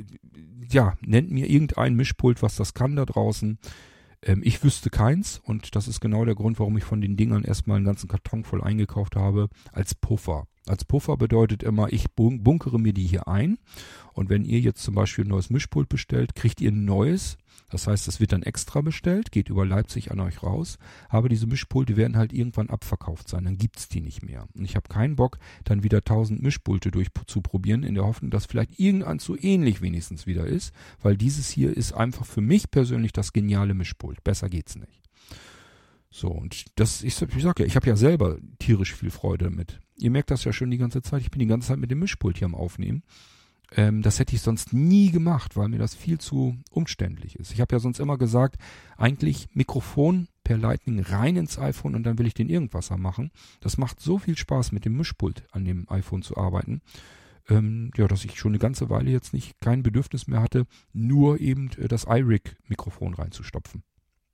ja, nennt mir irgendein Mischpult, was das kann da draußen. Ähm, ich wüsste keins und das ist genau der Grund, warum ich von den Dingern erstmal einen ganzen Karton voll eingekauft habe, als Puffer. Als Puffer bedeutet immer, ich bun- bunkere mir die hier ein und wenn ihr jetzt zum Beispiel ein neues Mischpult bestellt, kriegt ihr ein neues. Das heißt, es wird dann extra bestellt, geht über Leipzig an euch raus, aber diese Mischpulte werden halt irgendwann abverkauft sein, dann gibt's die nicht mehr. Und ich habe keinen Bock, dann wieder tausend Mischpulte durchzuprobieren, in der Hoffnung, dass vielleicht irgendein so ähnlich wenigstens wieder ist, weil dieses hier ist einfach für mich persönlich das geniale Mischpult. Besser geht's nicht. So, und das, ich, ich sag ja, ich habe ja selber tierisch viel Freude damit. Ihr merkt das ja schon die ganze Zeit, ich bin die ganze Zeit mit dem Mischpult hier am Aufnehmen. Ähm, das hätte ich sonst nie gemacht, weil mir das viel zu umständlich ist. Ich habe ja sonst immer gesagt, eigentlich Mikrofon per Lightning rein ins iPhone und dann will ich den Irgendwasser machen. Das macht so viel Spaß, mit dem Mischpult an dem iPhone zu arbeiten, ähm, ja, dass ich schon eine ganze Weile jetzt nicht kein Bedürfnis mehr hatte, nur eben äh, das iRig-Mikrofon reinzustopfen.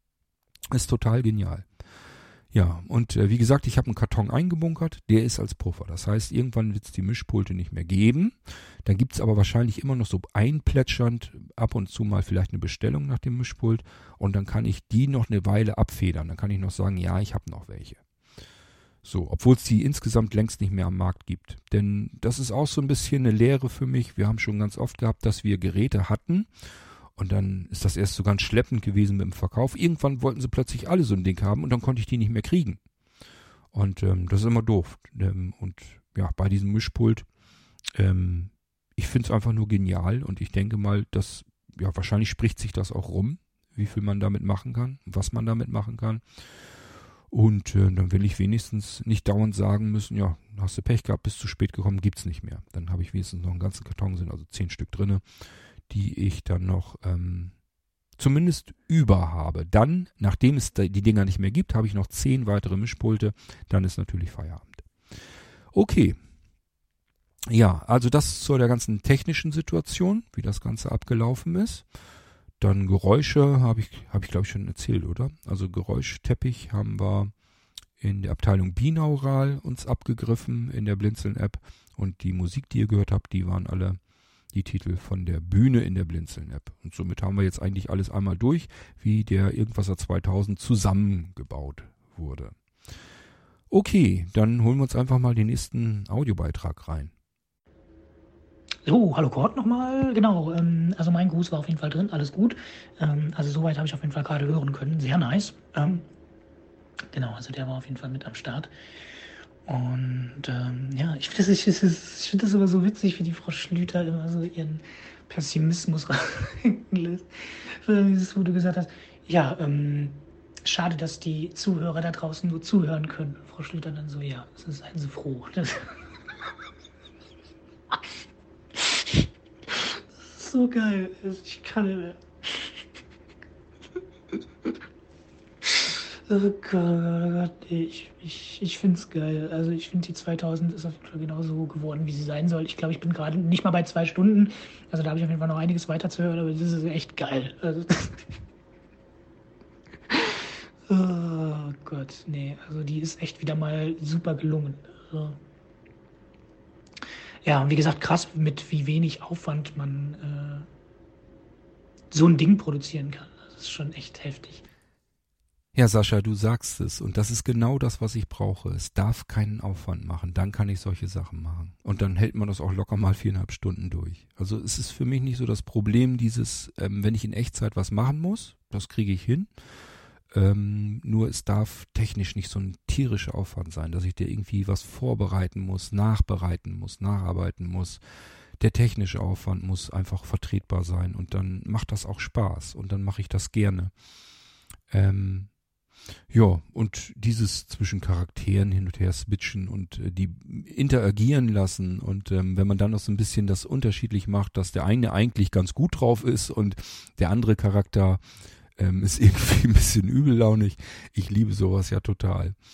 Ist total genial. Ja, und äh, wie gesagt, ich habe einen Karton eingebunkert, der ist als Puffer. Das heißt, irgendwann wird es die Mischpulte nicht mehr geben. Dann gibt es aber wahrscheinlich immer noch so einplätschernd ab und zu mal vielleicht eine Bestellung nach dem Mischpult und dann kann ich die noch eine Weile abfedern. Dann kann ich noch sagen, ja, ich habe noch welche. So, obwohl es die insgesamt längst nicht mehr am Markt gibt. Denn das ist auch so ein bisschen eine Lehre für mich. Wir haben schon ganz oft gehabt, dass wir Geräte hatten. Und dann ist das erst so ganz schleppend gewesen mit dem Verkauf. Irgendwann wollten sie plötzlich alle so ein Ding haben und dann konnte ich die nicht mehr kriegen. Und ähm, das ist immer doof. Ähm, und ja, bei diesem Mischpult, ähm, ich finde es einfach nur genial und ich denke mal, dass, ja, wahrscheinlich spricht sich das auch rum, wie viel man damit machen kann, was man damit machen kann. Und äh, dann will ich wenigstens nicht dauernd sagen müssen, ja, hast du Pech gehabt, bist zu spät gekommen, gibt's nicht mehr. Dann habe ich wenigstens noch einen ganzen Karton, sind also zehn Stück drinne, die ich dann noch ähm, zumindest über habe. Dann, nachdem es die Dinger nicht mehr gibt, habe ich noch zehn weitere Mischpulte. Dann ist natürlich Feierabend. Okay. Ja, also das zu der ganzen technischen Situation, wie das Ganze abgelaufen ist. Dann Geräusche habe ich, habe ich glaube ich schon erzählt, oder? Also Geräuschteppich haben wir in der Abteilung Binaural uns abgegriffen in der Blinzeln-App. Und die Musik, die ihr gehört habt, die waren alle die Titel von der Bühne in der Blinzeln-App. Und somit haben wir jetzt eigentlich alles einmal durch, wie der Irgendwasser zweitausend zusammengebaut wurde. Okay, dann holen wir uns einfach mal den nächsten Audiobeitrag rein. So, hallo Kurt nochmal. Genau, ähm, also mein Gruß war auf jeden Fall drin, alles gut. Ähm, also soweit habe ich auf jeden Fall gerade hören können, sehr nice. Ähm, genau, also der war auf jeden Fall mit am Start. Und ähm, ja, ich finde das, ich, ich find das immer so witzig, wie die Frau Schlüter immer so ihren Pessimismus reinlegen lässt. Dieses, wo du gesagt hast, ja, ähm, schade, dass die Zuhörer da draußen nur zuhören können. Frau Schlüter dann so, ja, seien Sie froh. Das, das ist so geil. Ich kann nicht mehr. Oh Gott, oh Gott, ich, ich, ich finde es geil. Also ich finde die zweitausend ist auf jeden Fall genauso geworden, wie sie sein soll. Ich glaube, ich bin gerade nicht mal bei zwei Stunden. Also da habe ich auf jeden Fall noch einiges weiter zu hören, aber das ist echt geil. Also oh Gott, nee, also die ist echt wieder mal super gelungen. Also ja, und wie gesagt, krass, mit wie wenig Aufwand man äh, so ein Ding produzieren kann. Das ist schon echt heftig. Ja, Sascha, du sagst es. Und das ist genau das, was ich brauche. Es darf keinen Aufwand machen. Dann kann ich solche Sachen machen. Und dann hält man das auch locker mal viereinhalb Stunden durch. Also es ist für mich nicht so das Problem, dieses, ähm, wenn ich in Echtzeit was machen muss, das kriege ich hin. Ähm, nur es darf technisch nicht so ein tierischer Aufwand sein, dass ich dir irgendwie was vorbereiten muss, nachbereiten muss, nacharbeiten muss. Der technische Aufwand muss einfach vertretbar sein. Und dann macht das auch Spaß. Und dann mache ich das gerne. Ähm, Ja, und dieses zwischen Charakteren hin und her switchen und äh, die interagieren lassen und ähm, wenn man dann noch so ein bisschen das unterschiedlich macht, dass der eine eigentlich ganz gut drauf ist und der andere Charakter ähm, ist irgendwie ein bisschen übellaunig. Ich liebe sowas ja total.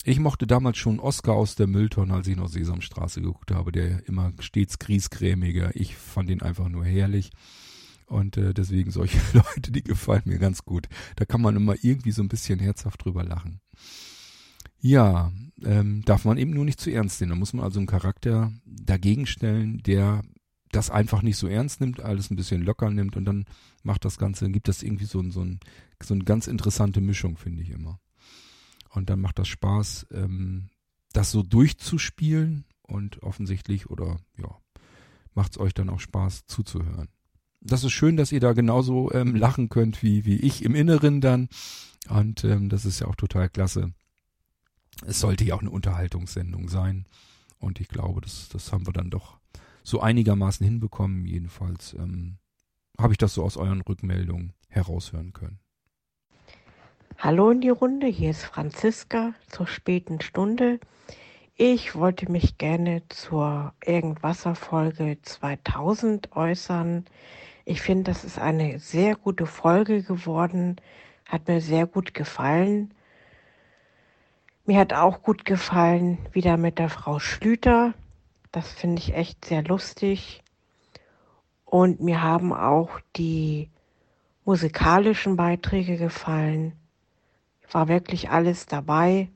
Ich mochte damals schon Oskar aus der Mülltonne, als ich noch Sesamstraße geguckt habe, der immer stets griesgrämiger. Ich fand ihn einfach nur herrlich. Und äh, deswegen solche Leute, die gefallen mir ganz gut. Da kann man immer irgendwie so ein bisschen herzhaft drüber lachen. Ja, ähm, darf man eben nur nicht zu ernst nehmen. Da muss man also einen Charakter dagegen stellen, der das einfach nicht so ernst nimmt, alles ein bisschen locker nimmt und dann macht das Ganze, gibt das irgendwie so, ein, so, ein, so eine ganz interessante Mischung, finde ich immer. Und dann macht das Spaß, ähm, das so durchzuspielen und offensichtlich oder ja, macht es euch dann auch Spaß zuzuhören. Das ist schön, dass ihr da genauso ähm, lachen könnt wie, wie ich im Inneren dann und ähm, das ist ja auch total klasse. Es sollte ja auch eine Unterhaltungssendung sein und ich glaube, das, das haben wir dann doch so einigermaßen hinbekommen. Jedenfalls ähm, habe ich das so aus euren Rückmeldungen heraushören können. Hallo in die Runde, hier ist Franziska zur späten Stunde. Ich wollte mich gerne zur Irgendwasser-Folge zweitausend äußern. Ich finde, das ist eine sehr gute Folge geworden, hat mir sehr gut gefallen. Mir hat auch gut gefallen, wieder mit der Frau Schlüter. Das finde ich echt sehr lustig. Und mir haben auch die musikalischen Beiträge gefallen. War wirklich alles dabei.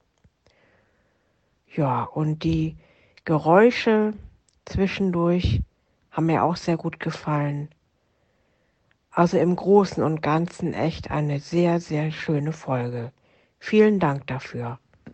Ja, und die Geräusche zwischendurch haben mir auch sehr gut gefallen. Also im Großen und Ganzen echt eine sehr, sehr schöne Folge. Vielen Dank dafür.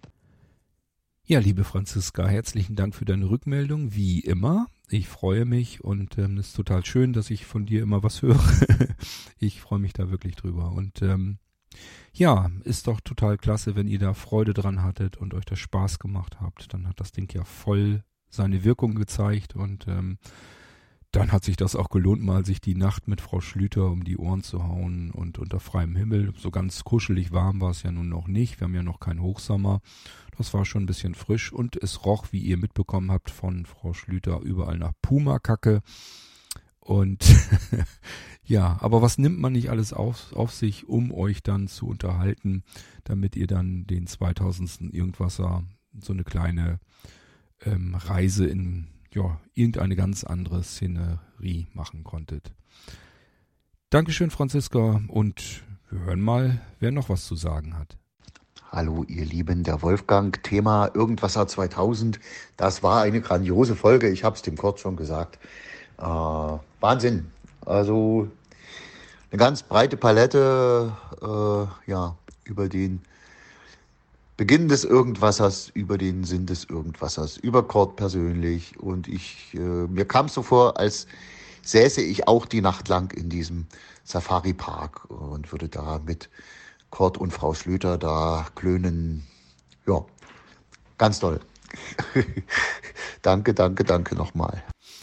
Ja, liebe Franziska, herzlichen Dank für deine Rückmeldung, wie immer. Ich freue mich und ähm, es ist total schön, dass ich von dir immer was höre. Ich freue mich da wirklich drüber. Und ähm, ja, ist doch total klasse, wenn ihr da Freude dran hattet und euch das Spaß gemacht habt. Dann hat das Ding ja voll seine Wirkung gezeigt und ähm, dann hat sich das auch gelohnt, mal sich die Nacht mit Frau Schlüter um die Ohren zu hauen und unter freiem Himmel. So ganz kuschelig warm war es ja nun noch nicht. Wir haben ja noch keinen Hochsommer. Das war schon ein bisschen frisch und es roch, wie ihr mitbekommen habt, von Frau Schlüter überall nach Pumakacke. Und ja, aber was nimmt man nicht alles auf, auf sich, um euch dann zu unterhalten, damit ihr dann den zweitausendsten Irgendwasser so eine kleine ähm, Reise in ja, irgendeine ganz andere Szenerie machen konntet. Dankeschön, Franziska, und wir hören mal, wer noch was zu sagen hat. Hallo ihr Lieben, der Wolfgang, Thema Irgendwasser zweitausend, das war eine grandiose Folge, ich habe es dem Kurt schon gesagt. Äh, Wahnsinn, also eine ganz breite Palette äh, ja, über den Beginn des Irgendwassers, über den Sinn des Irgendwassers, über Kurt persönlich und ich äh, mir kam es so vor, als säße ich auch die Nacht lang in diesem Safari-Park und würde da mit Kurt und Frau Schlüter da klönen. Ja, ganz toll. Danke, danke, danke nochmal.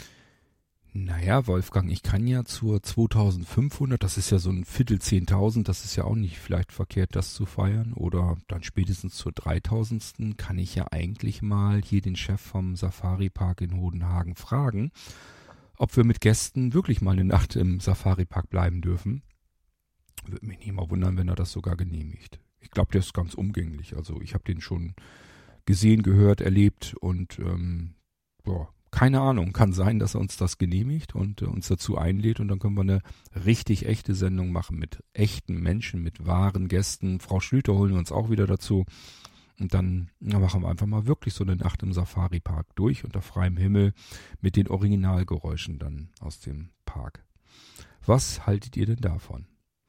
Naja, Wolfgang, ich kann ja zur zweitausendfünfhundert, das ist ja so ein Viertel zehntausend, das ist ja auch nicht vielleicht verkehrt, das zu feiern. Oder dann spätestens zur dreitausendsten kann ich ja eigentlich mal hier den Chef vom Safari-Park in Hodenhagen fragen, ob wir mit Gästen wirklich mal eine Nacht im Safari-Park bleiben dürfen. Würde mich nicht mal wundern, wenn er das sogar genehmigt. Ich glaube, der ist ganz umgänglich. Also ich habe den schon gesehen, gehört, erlebt und ähm, boah, keine Ahnung. Kann sein, dass er uns das genehmigt und äh, uns dazu einlädt und dann können wir eine richtig echte Sendung machen mit echten Menschen, mit wahren Gästen. Frau Schlüter holen wir uns auch wieder dazu und dann na, machen wir einfach mal wirklich so eine Nacht im Safari-Park durch unter freiem Himmel mit den Originalgeräuschen dann aus dem Park. Was haltet ihr denn davon?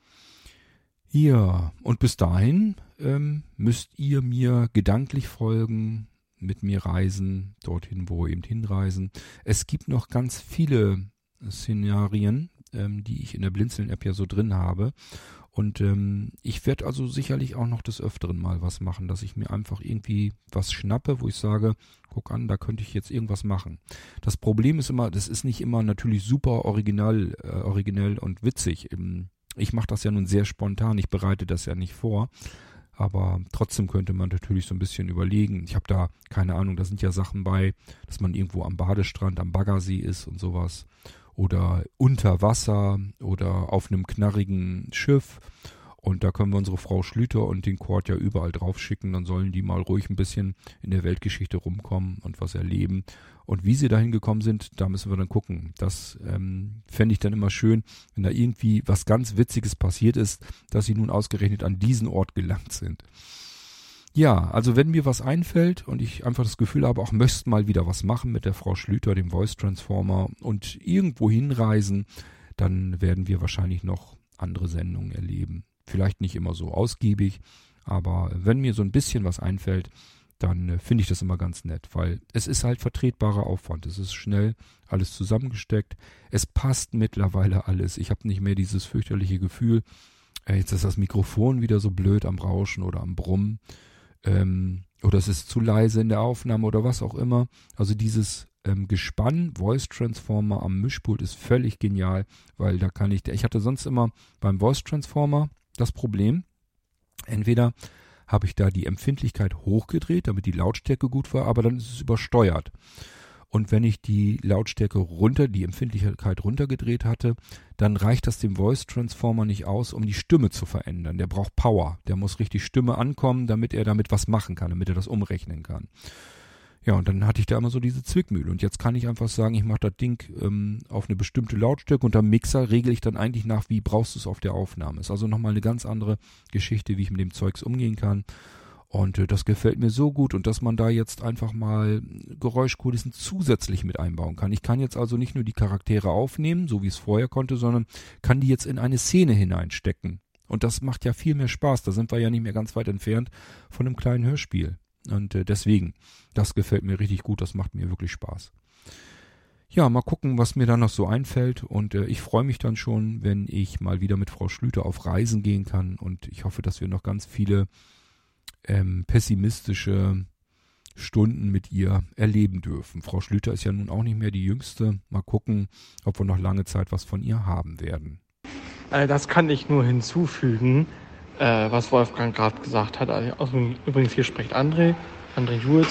Ja, und bis dahin ähm, müsst ihr mir gedanklich folgen, mit mir reisen, dorthin, wo wir eben hinreisen. Es gibt noch ganz viele Szenarien, ähm, die ich in der Blinzeln-App ja so drin habe. Und ähm, ich werde also sicherlich auch noch des Öfteren mal was machen, dass ich mir einfach irgendwie was schnappe, wo ich sage, guck an, da könnte ich jetzt irgendwas machen. Das Problem ist immer, das ist nicht immer natürlich super original, äh, originell und witzig. Ich mache das ja nun sehr spontan, ich bereite das ja nicht vor. Aber trotzdem könnte man natürlich so ein bisschen überlegen. Ich habe da, keine Ahnung, da sind ja Sachen bei, dass man irgendwo am Badestrand, am Baggersee ist und sowas. Oder unter Wasser oder auf einem knarrigen Schiff. Und da können wir unsere Frau Schlüter und den Kurt ja überall drauf schicken. Dann sollen die mal ruhig ein bisschen in der Weltgeschichte rumkommen und was erleben. Und wie sie dahin gekommen sind, da müssen wir dann gucken. Das ähm, fände ich dann immer schön, wenn da irgendwie was ganz Witziges passiert ist, dass sie nun ausgerechnet an diesen Ort gelangt sind. Ja, also wenn mir was einfällt und ich einfach das Gefühl habe, auch möchte mal wieder was machen mit der Frau Schlüter, dem Voice Transformer und irgendwo hinreisen, dann werden wir wahrscheinlich noch andere Sendungen erleben. Vielleicht nicht immer so ausgiebig, aber wenn mir so ein bisschen was einfällt, dann äh, finde ich das immer ganz nett, weil es ist halt vertretbarer Aufwand. Es ist schnell alles zusammengesteckt. Es passt mittlerweile alles. Ich habe nicht mehr dieses fürchterliche Gefühl, äh, jetzt ist das Mikrofon wieder so blöd am Rauschen oder am Brummen ähm, oder es ist zu leise in der Aufnahme oder was auch immer. Also dieses ähm, Gespann Voice Transformer am Mischpult ist völlig genial, weil da kann ich, ich hatte sonst immer beim Voice Transformer das Problem, entweder habe ich da die Empfindlichkeit hochgedreht, damit die Lautstärke gut war, aber dann ist es übersteuert. Und wenn ich die Lautstärke runter, die Empfindlichkeit runtergedreht hatte, dann reicht das dem Voice Transformer nicht aus, um die Stimme zu verändern. Der braucht Power, der muss richtig Stimme ankommen, damit er damit was machen kann, damit er das umrechnen kann. Ja, und dann hatte ich da immer so diese Zwickmühle. Und jetzt kann ich einfach sagen, ich mache das Ding ähm, auf eine bestimmte Lautstärke und am Mixer regle ich dann eigentlich nach, wie brauchst du es auf der Aufnahme. Ist also nochmal eine ganz andere Geschichte, wie ich mit dem Zeugs umgehen kann. Und äh, das gefällt mir so gut. Und dass man da jetzt einfach mal Geräuschkulissen zusätzlich mit einbauen kann. Ich kann jetzt also nicht nur die Charaktere aufnehmen, so wie es vorher konnte, sondern kann die jetzt in eine Szene hineinstecken. Und das macht ja viel mehr Spaß. Da sind wir ja nicht mehr ganz weit entfernt von einem kleinen Hörspiel. Und äh, deswegen, das gefällt mir richtig gut, das macht mir wirklich Spaß. Ja, mal gucken, was mir da noch so einfällt. Und äh, ich freue mich dann schon, wenn ich mal wieder mit Frau Schlüter auf Reisen gehen kann. Und ich hoffe, dass wir noch ganz viele ähm, pessimistische Stunden mit ihr erleben dürfen. Frau Schlüter ist ja nun auch nicht mehr die Jüngste. Mal gucken, ob wir noch lange Zeit was von ihr haben werden. Äh, das kann ich nur hinzufügen. Äh, was Wolfgang gerade gesagt hat. Also, übrigens, hier spricht André, André Jules.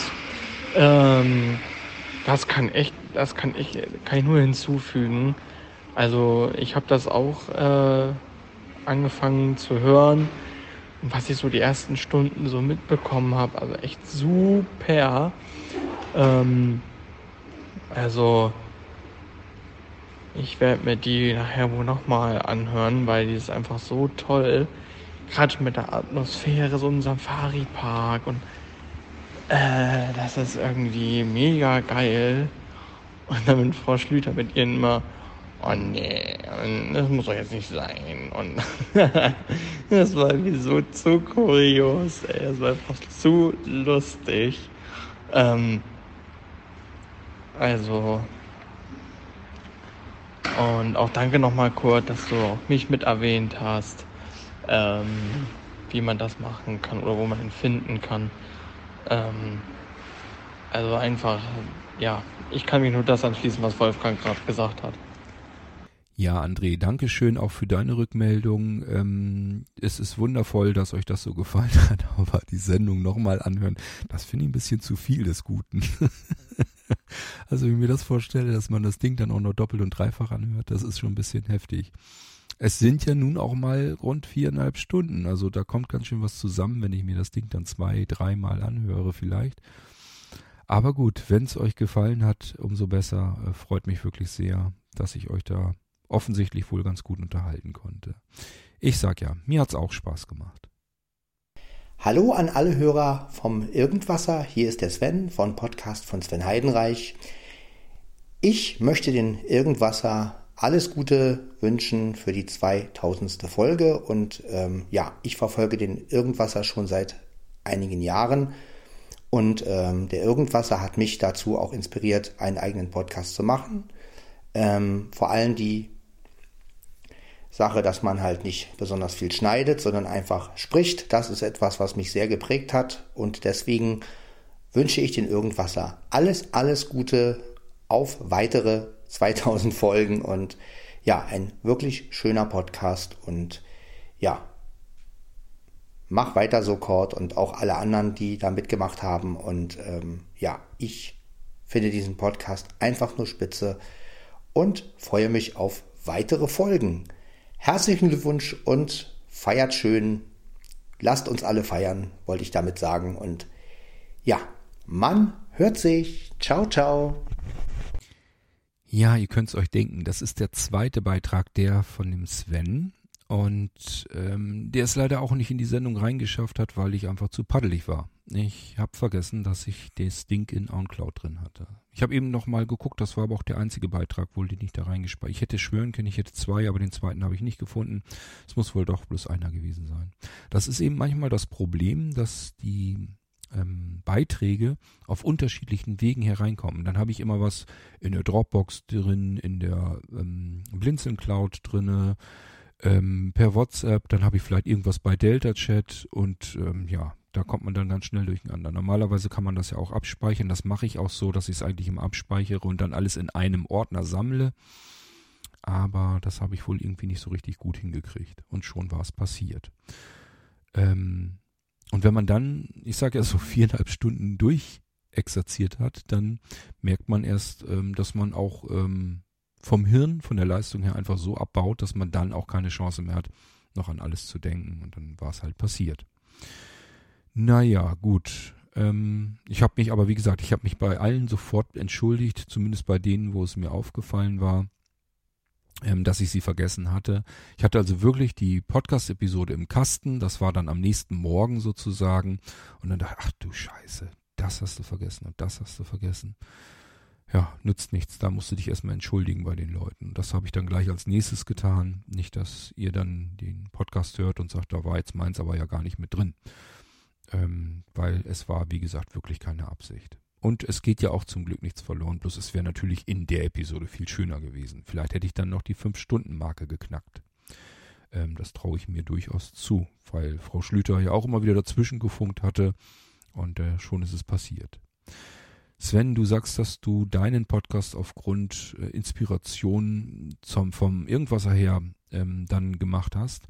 Ähm, das kann echt, das kann ich, kann ich nur hinzufügen. Also ich habe das auch äh, angefangen zu hören. Und was ich so die ersten Stunden so mitbekommen habe, also echt super. Ähm, also ich werde mir die nachher wohl nochmal anhören, weil die ist einfach so toll. Gerade mit der Atmosphäre, so im Safari-Park und äh, das ist irgendwie mega geil. Und dann mit Frau Schlüter mit ihren immer, oh nee, das muss doch jetzt nicht sein. Und das war irgendwie so zu kurios, ey, das war einfach zu lustig. Ähm, also, und auch danke nochmal, Kurt, dass du auch mich mit erwähnt hast. Ähm, wie man das machen kann oder wo man ihn finden kann. Ähm, also einfach, ja, ich kann mich nur das anschließen, was Wolfgang gerade gesagt hat. Ja, André, danke schön auch für deine Rückmeldung. Ähm, es ist wundervoll, dass euch das so gefallen hat, aber die Sendung nochmal anhören, das finde ich ein bisschen zu viel des Guten. Also wenn ich mir das vorstelle, dass man das Ding dann auch noch doppelt und dreifach anhört, das ist schon ein bisschen heftig. Es sind ja nun auch mal rund viereinhalb Stunden, also da kommt ganz schön was zusammen, wenn ich mir das Ding dann zwei, dreimal anhöre vielleicht. Aber gut, wenn es euch gefallen hat, umso besser. Äh, freut mich wirklich sehr, dass ich euch da offensichtlich wohl ganz gut unterhalten konnte. Ich sag ja, mir hat's auch Spaß gemacht. Hallo an alle Hörer vom Irgendwasser, hier ist der Sven von Podcast von Sven Heidenreich. Ich möchte den Irgendwasser alles Gute wünschen für die zweitausendste Folge und ähm, ja, ich verfolge den Irgendwasser schon seit einigen Jahren und ähm, der Irgendwasser hat mich dazu auch inspiriert, einen eigenen Podcast zu machen. Ähm, vor allem die Sache, dass man halt nicht besonders viel schneidet, sondern einfach spricht. Das ist etwas, was mich sehr geprägt hat und deswegen wünsche ich den Irgendwasser alles, alles Gute auf weitere zweitausend Folgen und ja, ein wirklich schöner Podcast und ja, mach weiter so, Kurt, und auch alle anderen, die da mitgemacht haben und ähm, ja, ich finde diesen Podcast einfach nur spitze und freue mich auf weitere Folgen. Herzlichen Glückwunsch und feiert schön, lasst uns alle feiern, wollte ich damit sagen. Und ja, man hört sich. Ciao, ciao. Ja, ihr könnt es euch denken, das ist der zweite Beitrag, der von dem Sven. Und ähm, der es leider auch nicht in die Sendung reingeschafft hat, weil ich einfach zu paddelig war. Ich habe vergessen, dass ich das Ding in OnCloud drin hatte. Ich habe eben noch mal geguckt, das war aber auch der einzige Beitrag wohl, den ich da reingespeichert. Ich hätte schwören können, ich hätte zwei, aber den zweiten habe ich nicht gefunden. Es muss wohl doch bloß einer gewesen sein. Das ist eben manchmal das Problem, dass die ähm, Beiträge auf unterschiedlichen Wegen hereinkommen. Dann habe ich immer was in der Dropbox drin, in der ähm, Blinzeln Cloud drinne, ähm, per WhatsApp, dann habe ich vielleicht irgendwas bei Delta Chat und ähm, ja, da kommt man dann ganz schnell durcheinander. Normalerweise kann man das ja auch abspeichern. Das mache ich auch so, dass ich es eigentlich immer abspeichere und dann alles in einem Ordner sammle. Aber das habe ich wohl irgendwie nicht so richtig gut hingekriegt. Und schon war es passiert. Ähm, und wenn man dann, ich sage ja so viereinhalb Stunden durchexerziert hat, dann merkt man erst, ähm, dass man auch ähm, vom Hirn, von der Leistung her einfach so abbaut, dass man dann auch keine Chance mehr hat, noch an alles zu denken. Und dann war es halt passiert. Naja, gut. Ähm, ich habe mich aber, wie gesagt, ich habe mich bei allen sofort entschuldigt, zumindest bei denen, wo es mir aufgefallen war, ähm, dass ich sie vergessen hatte. Ich hatte also wirklich die Podcast-Episode im Kasten, das war dann am nächsten Morgen sozusagen. Und dann dachte ich, ach du Scheiße, das hast du vergessen und das hast du vergessen. Ja, nützt nichts, da musst du dich erstmal entschuldigen bei den Leuten. Das habe ich dann gleich als nächstes getan. Nicht, dass ihr dann den Podcast hört und sagt, da war jetzt meins aber ja gar nicht mit drin. Ähm, weil es war, wie gesagt, wirklich keine Absicht. Und es geht ja auch zum Glück nichts verloren, bloß es wäre natürlich in der Episode viel schöner gewesen. Vielleicht hätte ich dann noch die fünf-Stunden-Marke geknackt. Ähm, das traue ich mir durchaus zu, weil Frau Schlüter ja auch immer wieder dazwischen gefunkt hatte und äh, schon ist es passiert. Sven, du sagst, dass du deinen Podcast aufgrund äh, Inspiration zum, vom Irgendwasser her ähm, dann gemacht hast.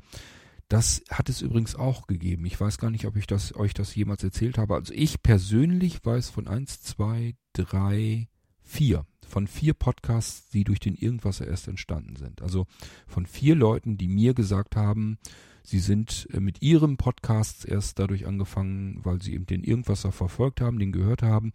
Das hat es übrigens auch gegeben. Ich weiß gar nicht, ob ich das, euch das jemals erzählt habe. Also ich persönlich weiß von eins, zwei, drei, vier. Von vier Podcasts, die durch den Irgendwasser erst entstanden sind. Also von vier Leuten, die mir gesagt haben, sie sind mit ihrem Podcast erst dadurch angefangen, weil sie eben den Irgendwasser verfolgt haben, den gehört haben.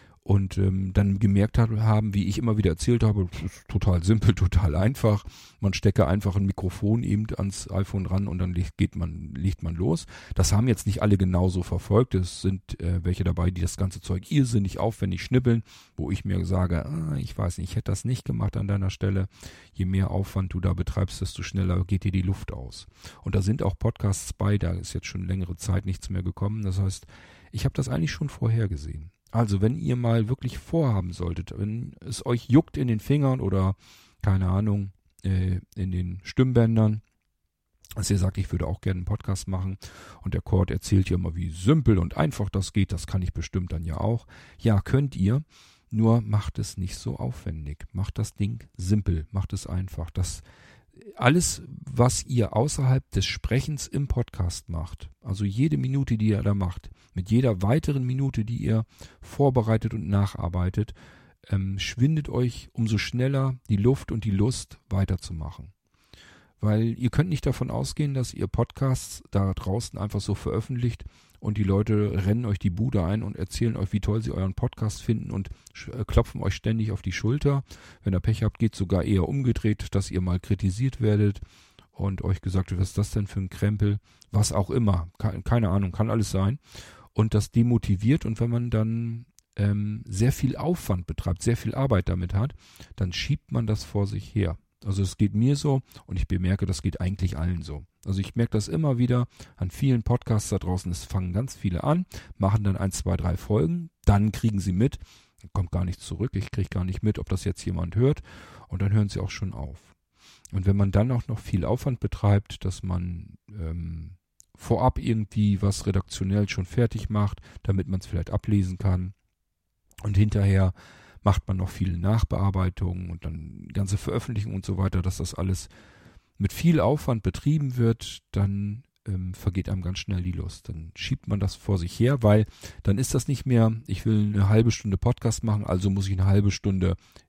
Und ähm, dann gemerkt haben, wie ich immer wieder erzählt habe, das ist total simpel, total einfach. Man stecke einfach ein Mikrofon eben ans iPhone ran und dann liegt, geht man, liegt man los. Das haben jetzt nicht alle genauso verfolgt. Es sind äh, welche dabei, die das ganze Zeug irrsinnig aufwendig schnippeln, wo ich mir sage, ah, ich weiß nicht, ich hätte das nicht gemacht an deiner Stelle. Je mehr Aufwand du da betreibst, desto schneller geht dir die Luft aus. Und da sind auch Podcasts bei, da ist jetzt schon längere Zeit nichts mehr gekommen. Das heißt, ich habe das eigentlich schon vorhergesehen. Also wenn ihr mal wirklich vorhaben solltet, wenn es euch juckt in den Fingern oder, keine Ahnung, äh, in den Stimmbändern, dass ihr sagt, ich würde auch gerne einen Podcast machen und der Kurt erzählt hier immer, wie simpel und einfach das geht, das kann ich bestimmt dann ja auch. Ja, könnt ihr, nur macht es nicht so aufwendig. Macht das Ding simpel, macht es einfach. Das alles, was ihr außerhalb des Sprechens im Podcast macht, also jede Minute, die ihr da macht, mit jeder weiteren Minute, die ihr vorbereitet und nacharbeitet, ähm, schwindet euch umso schneller die Luft und die Lust weiterzumachen. Weil ihr könnt nicht davon ausgehen, dass ihr Podcasts da draußen einfach so veröffentlicht und die Leute rennen euch die Bude ein und erzählen euch, wie toll sie euren Podcast finden und äh, klopfen euch ständig auf die Schulter. Wenn ihr Pech habt, geht es sogar eher umgedreht, dass ihr mal kritisiert werdet und euch gesagt wird, was ist das denn für ein Krempel? Was auch immer. Keine, keine Ahnung, kann alles sein. Und das demotiviert und wenn man dann ähm, sehr viel Aufwand betreibt, sehr viel Arbeit damit hat, dann schiebt man das vor sich her. Also es geht mir so und ich bemerke, das geht eigentlich allen so. Also ich merke das immer wieder an vielen Podcasts da draußen. Es fangen ganz viele an, machen dann eins, zwei, drei Folgen, dann kriegen sie mit, kommt gar nichts zurück, ich kriege gar nicht mit, ob das jetzt jemand hört und dann hören sie auch schon auf. Und wenn man dann auch noch viel Aufwand betreibt, dass man ähm, vorab irgendwie was redaktionell schon fertig macht, damit man es vielleicht ablesen kann und hinterher macht man noch viele Nachbearbeitungen und dann ganze Veröffentlichungen und so weiter, dass das alles mit viel Aufwand betrieben wird, dann ähm, vergeht einem ganz schnell die Lust. Dann schiebt man das vor sich her, weil dann ist das nicht mehr, ich will eine halbe Stunde Podcast machen, also muss ich eine halbe Stunde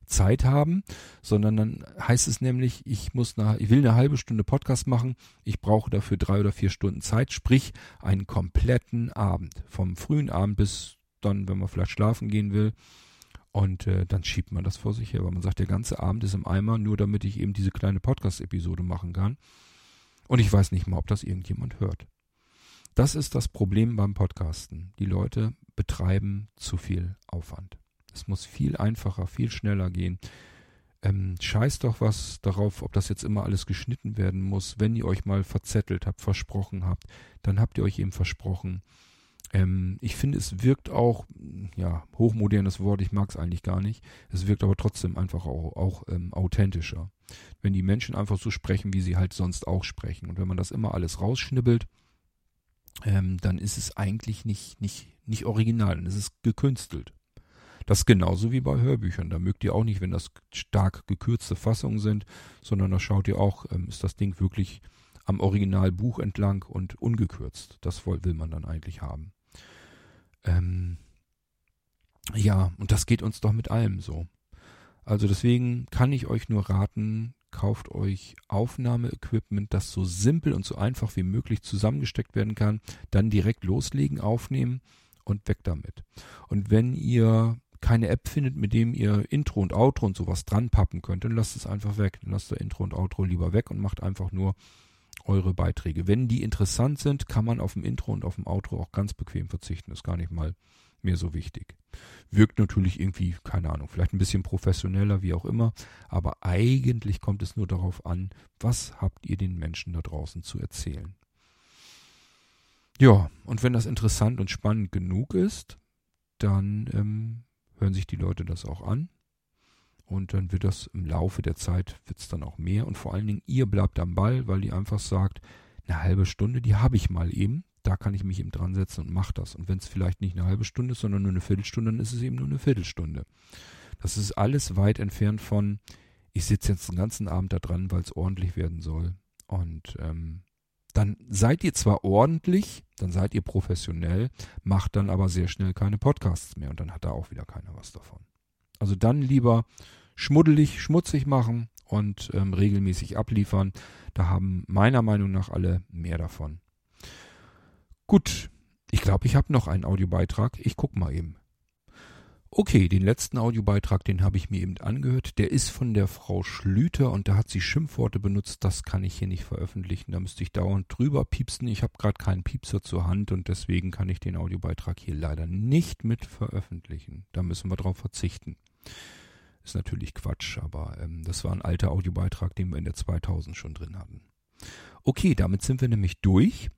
Zeit haben, sondern dann heißt es nämlich, ich muss eine, ich will eine halbe Stunde Podcast machen, ich brauche dafür drei oder vier Stunden Zeit, sprich einen kompletten Abend, vom frühen Abend bis dann, wenn man vielleicht schlafen gehen will. Und äh, dann schiebt man das vor sich her, weil man sagt, der ganze Abend ist im Eimer, nur damit ich eben diese kleine Podcast-Episode machen kann. Und ich weiß nicht mal, ob das irgendjemand hört. Das ist das Problem beim Podcasten. Die Leute betreiben zu viel Aufwand. Es muss viel einfacher, viel schneller gehen. Ähm, scheiß doch was darauf, ob das jetzt immer alles geschnitten werden muss. Wenn ihr euch mal verzettelt habt, versprochen habt, dann habt ihr euch eben versprochen. Ähm, ich finde, es wirkt auch, ja, hochmodernes Wort, ich mag es eigentlich gar nicht. Es wirkt aber trotzdem einfach auch, auch ähm, authentischer. Wenn die Menschen einfach so sprechen, wie sie halt sonst auch sprechen. Und wenn man das immer alles rausschnibbelt, ähm, dann ist es eigentlich nicht, nicht, nicht original, dann ist es gekünstelt. Das ist genauso wie bei Hörbüchern. Da mögt ihr auch nicht, wenn das stark gekürzte Fassungen sind, sondern da schaut ihr auch, ähm, ist das Ding wirklich am Originalbuch entlang und ungekürzt. Das will man dann eigentlich haben. Ähm, ja, und das geht uns doch mit allem so. Also deswegen kann ich euch nur raten, kauft euch Aufnahmeequipment, das so simpel und so einfach wie möglich zusammengesteckt werden kann, dann direkt loslegen, aufnehmen und weg damit. Und wenn ihr keine App findet, mit dem ihr Intro und Outro und sowas dran pappen könnt, dann lasst es einfach weg. Dann lasst ihr Intro und Outro lieber weg und macht einfach nur eure Beiträge. Wenn die interessant sind, kann man auf dem Intro und auf dem Outro auch ganz bequem verzichten. Ist gar nicht mal mehr so wichtig. Wirkt natürlich irgendwie, keine Ahnung, vielleicht ein bisschen professioneller, wie auch immer, aber eigentlich kommt es nur darauf an, was habt ihr den Menschen da draußen zu erzählen. Ja, und wenn das interessant und spannend genug ist, dann ähm, hören sich die Leute das auch an. Und dann wird das im Laufe der Zeit, wird es dann auch mehr. Und vor allen Dingen, ihr bleibt am Ball, weil ihr einfach sagt, eine halbe Stunde, die habe ich mal eben. Da kann ich mich eben dran setzen und mache das. Und wenn es vielleicht nicht eine halbe Stunde ist, sondern nur eine Viertelstunde, dann ist es eben nur eine Viertelstunde. Das ist alles weit entfernt von, ich sitze jetzt den ganzen Abend da dran, weil es ordentlich werden soll. Und ähm, dann seid ihr zwar ordentlich, dann seid ihr professionell, macht dann aber sehr schnell keine Podcasts mehr. Und dann hat da auch wieder keiner was davon. Also dann lieber schmuddelig, schmutzig machen und ähm, regelmäßig abliefern. Da haben meiner Meinung nach alle mehr davon. Gut, ich glaube, ich habe noch einen Audiobeitrag. Ich gucke mal eben. Okay, den letzten Audiobeitrag, den habe ich mir eben angehört. Der ist von der Frau Schlüter und da hat sie Schimpfworte benutzt. Das kann ich hier nicht veröffentlichen. Da müsste ich dauernd drüber piepsen. Ich habe gerade keinen Piepser zur Hand und deswegen kann ich den Audiobeitrag hier leider nicht mit veröffentlichen. Da müssen wir drauf verzichten. Ist natürlich Quatsch, aber ähm, das war ein alter Audiobeitrag, den wir in der zweitausend schon drin hatten. Okay, damit sind wir nämlich durch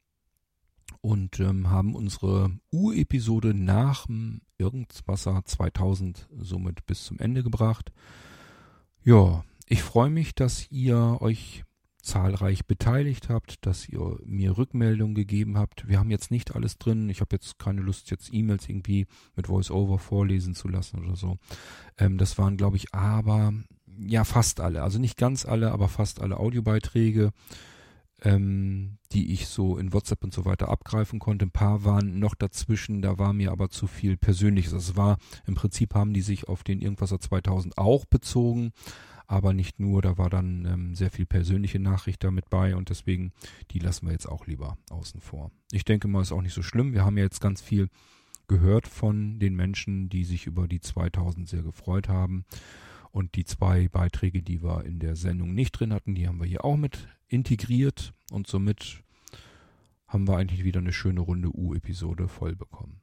und ähm, haben unsere Urepisode nach dem Irgendwasser zweitausend somit bis zum Ende gebracht. Ja, ich freue mich, dass ihr euch zahlreich beteiligt habt, dass ihr mir Rückmeldungen gegeben habt. Wir haben jetzt nicht alles drin. Ich habe jetzt keine Lust, jetzt E-Mails irgendwie mit Voice-Over vorlesen zu lassen oder so. Ähm, das waren, glaube ich, aber ja fast alle. Also nicht ganz alle, aber fast alle Audiobeiträge, ähm, die ich so in WhatsApp und so weiter abgreifen konnte. Ein paar waren noch dazwischen, da war mir aber zu viel Persönliches. Also es war, im Prinzip haben die sich auf den Irgendwasser zweitausend auch bezogen, aber nicht nur, da war dann ähm, sehr viel persönliche Nachricht damit bei und deswegen, die lassen wir jetzt auch lieber außen vor. Ich denke mal, ist auch nicht so schlimm. Wir haben ja jetzt ganz viel gehört von den Menschen, die sich über die zweitausend sehr gefreut haben. Und die zwei Beiträge, die wir in der Sendung nicht drin hatten, die haben wir hier auch mit integriert. Und somit haben wir eigentlich wieder eine schöne runde U-Episode voll bekommen.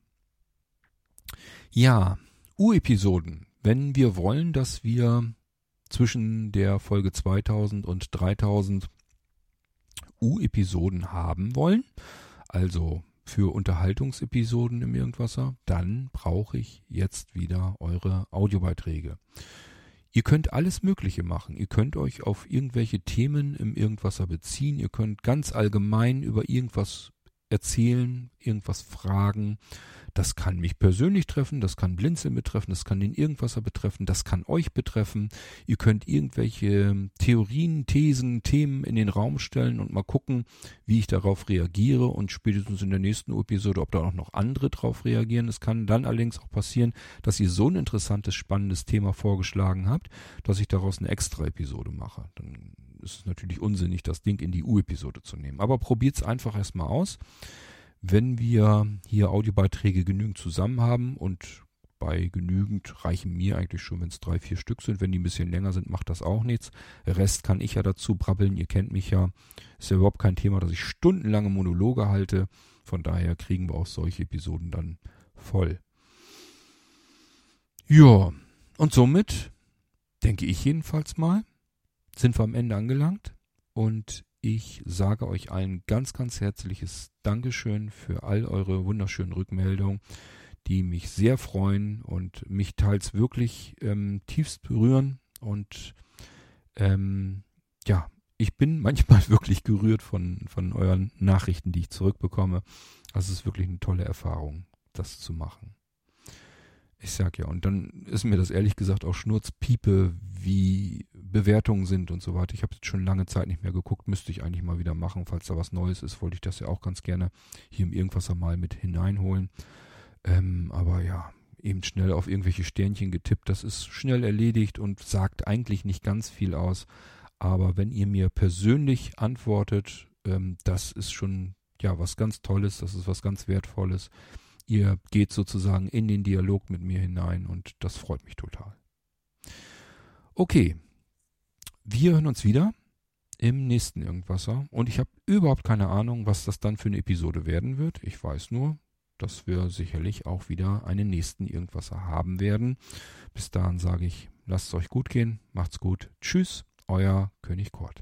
Ja, U-Episoden. Wenn wir wollen, dass wir zwischen der Folge zweitausend und dreitausend U-Episoden haben wollen, also für Unterhaltungsepisoden im Irgendwasser, dann brauche ich jetzt wieder eure Audiobeiträge. Ihr könnt alles Mögliche machen. Ihr könnt euch auf irgendwelche Themen im Irgendwasser beziehen. Ihr könnt ganz allgemein über irgendwas erzählen, irgendwas fragen. Das kann mich persönlich treffen, das kann Blinzeln betreffen, das kann den Irgendwasser betreffen, das kann euch betreffen. Ihr könnt irgendwelche Theorien, Thesen, Themen in den Raum stellen und mal gucken, wie ich darauf reagiere und spätestens in der nächsten Episode, ob da auch noch andere drauf reagieren. Es kann dann allerdings auch passieren, dass ihr so ein interessantes, spannendes Thema vorgeschlagen habt, dass ich daraus eine extra Episode mache. Dann ist es natürlich unsinnig, das Ding in die U-Episode zu nehmen. Aber probiert's einfach erstmal aus. Wenn wir hier Audiobeiträge genügend zusammen haben, und bei genügend reichen mir eigentlich schon, wenn es drei, vier Stück sind. Wenn die ein bisschen länger sind, macht das auch nichts. Der Rest kann ich ja dazu brabbeln. Ihr kennt mich ja. Ist ja überhaupt kein Thema, dass ich stundenlange Monologe halte. Von daher kriegen wir auch solche Episoden dann voll. Ja, und somit, denke ich jedenfalls mal, sind wir am Ende angelangt. Und ich sage euch allen ganz, ganz herzliches Dankeschön für all eure wunderschönen Rückmeldungen, die mich sehr freuen und mich teils wirklich ähm, tiefst berühren. Und ähm, ja, ich bin manchmal wirklich gerührt von, von euren Nachrichten, die ich zurückbekomme. Also es ist wirklich eine tolle Erfahrung, das zu machen. Ich sag ja, und dann ist mir das ehrlich gesagt auch Schnurzpiepe, wie Bewertungen sind und so weiter. Ich habe jetzt schon lange Zeit nicht mehr geguckt, müsste ich eigentlich mal wieder machen. Falls da was Neues ist, wollte ich das ja auch ganz gerne hier im Irgendwas mal mit hineinholen. Ähm, aber ja, eben schnell auf irgendwelche Sternchen getippt. Das ist schnell erledigt und sagt eigentlich nicht ganz viel aus. Aber wenn ihr mir persönlich antwortet, ähm, das ist schon ja was ganz Tolles, das ist was ganz Wertvolles. Ihr geht sozusagen in den Dialog mit mir hinein und das freut mich total. Okay, wir hören uns wieder im nächsten Irgendwasser und ich habe überhaupt keine Ahnung, was das dann für eine Episode werden wird. Ich weiß nur, dass wir sicherlich auch wieder einen nächsten Irgendwasser haben werden. Bis dahin sage ich, lasst es euch gut gehen, macht's gut. Tschüss, euer König Kurt.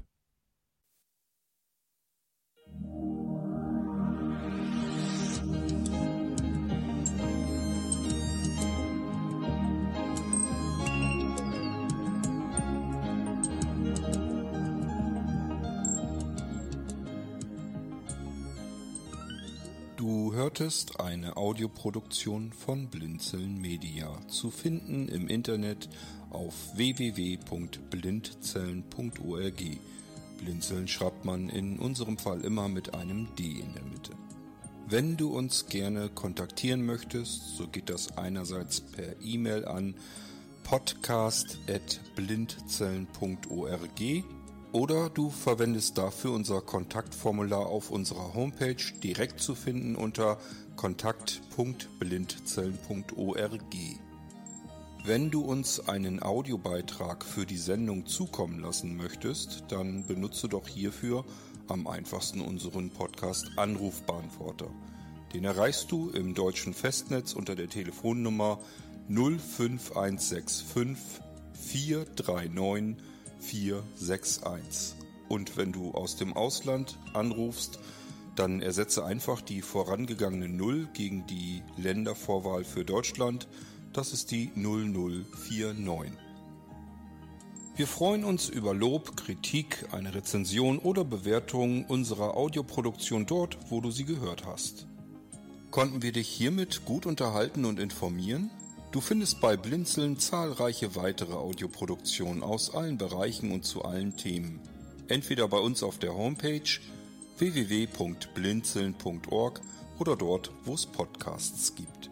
Du hörtest eine Audioproduktion von Blinzeln Media, zu finden im Internet auf w w w punkt blindzellen punkt org. Blinzeln schreibt man in unserem Fall immer mit einem D in der Mitte. Wenn du uns gerne kontaktieren möchtest, so geht das einerseits per E-Mail an podcast at blindzellen punkt org oder du verwendest dafür unser Kontaktformular auf unserer Homepage, direkt zu finden unter kontakt punkt blindzellen punkt org. Wenn du uns einen Audiobeitrag für die Sendung zukommen lassen möchtest, dann benutze doch hierfür am einfachsten unseren Podcast Anrufbeantworter. Den erreichst du im deutschen Festnetz unter der Telefonnummer null fünf eins sechs fünf vier drei neun vier sechs eins. Und wenn du aus dem Ausland anrufst, dann ersetze einfach die vorangegangene null gegen die Ländervorwahl für Deutschland. Das ist die null null vier neun. Wir freuen uns über Lob, Kritik, eine Rezension oder Bewertung unserer Audioproduktion dort, wo du sie gehört hast. Konnten wir dich hiermit gut unterhalten und informieren? Du findest bei Blinzeln zahlreiche weitere Audioproduktionen aus allen Bereichen und zu allen Themen. Entweder bei uns auf der Homepage w w w punkt blinzeln punkt org oder dort, wo es Podcasts gibt.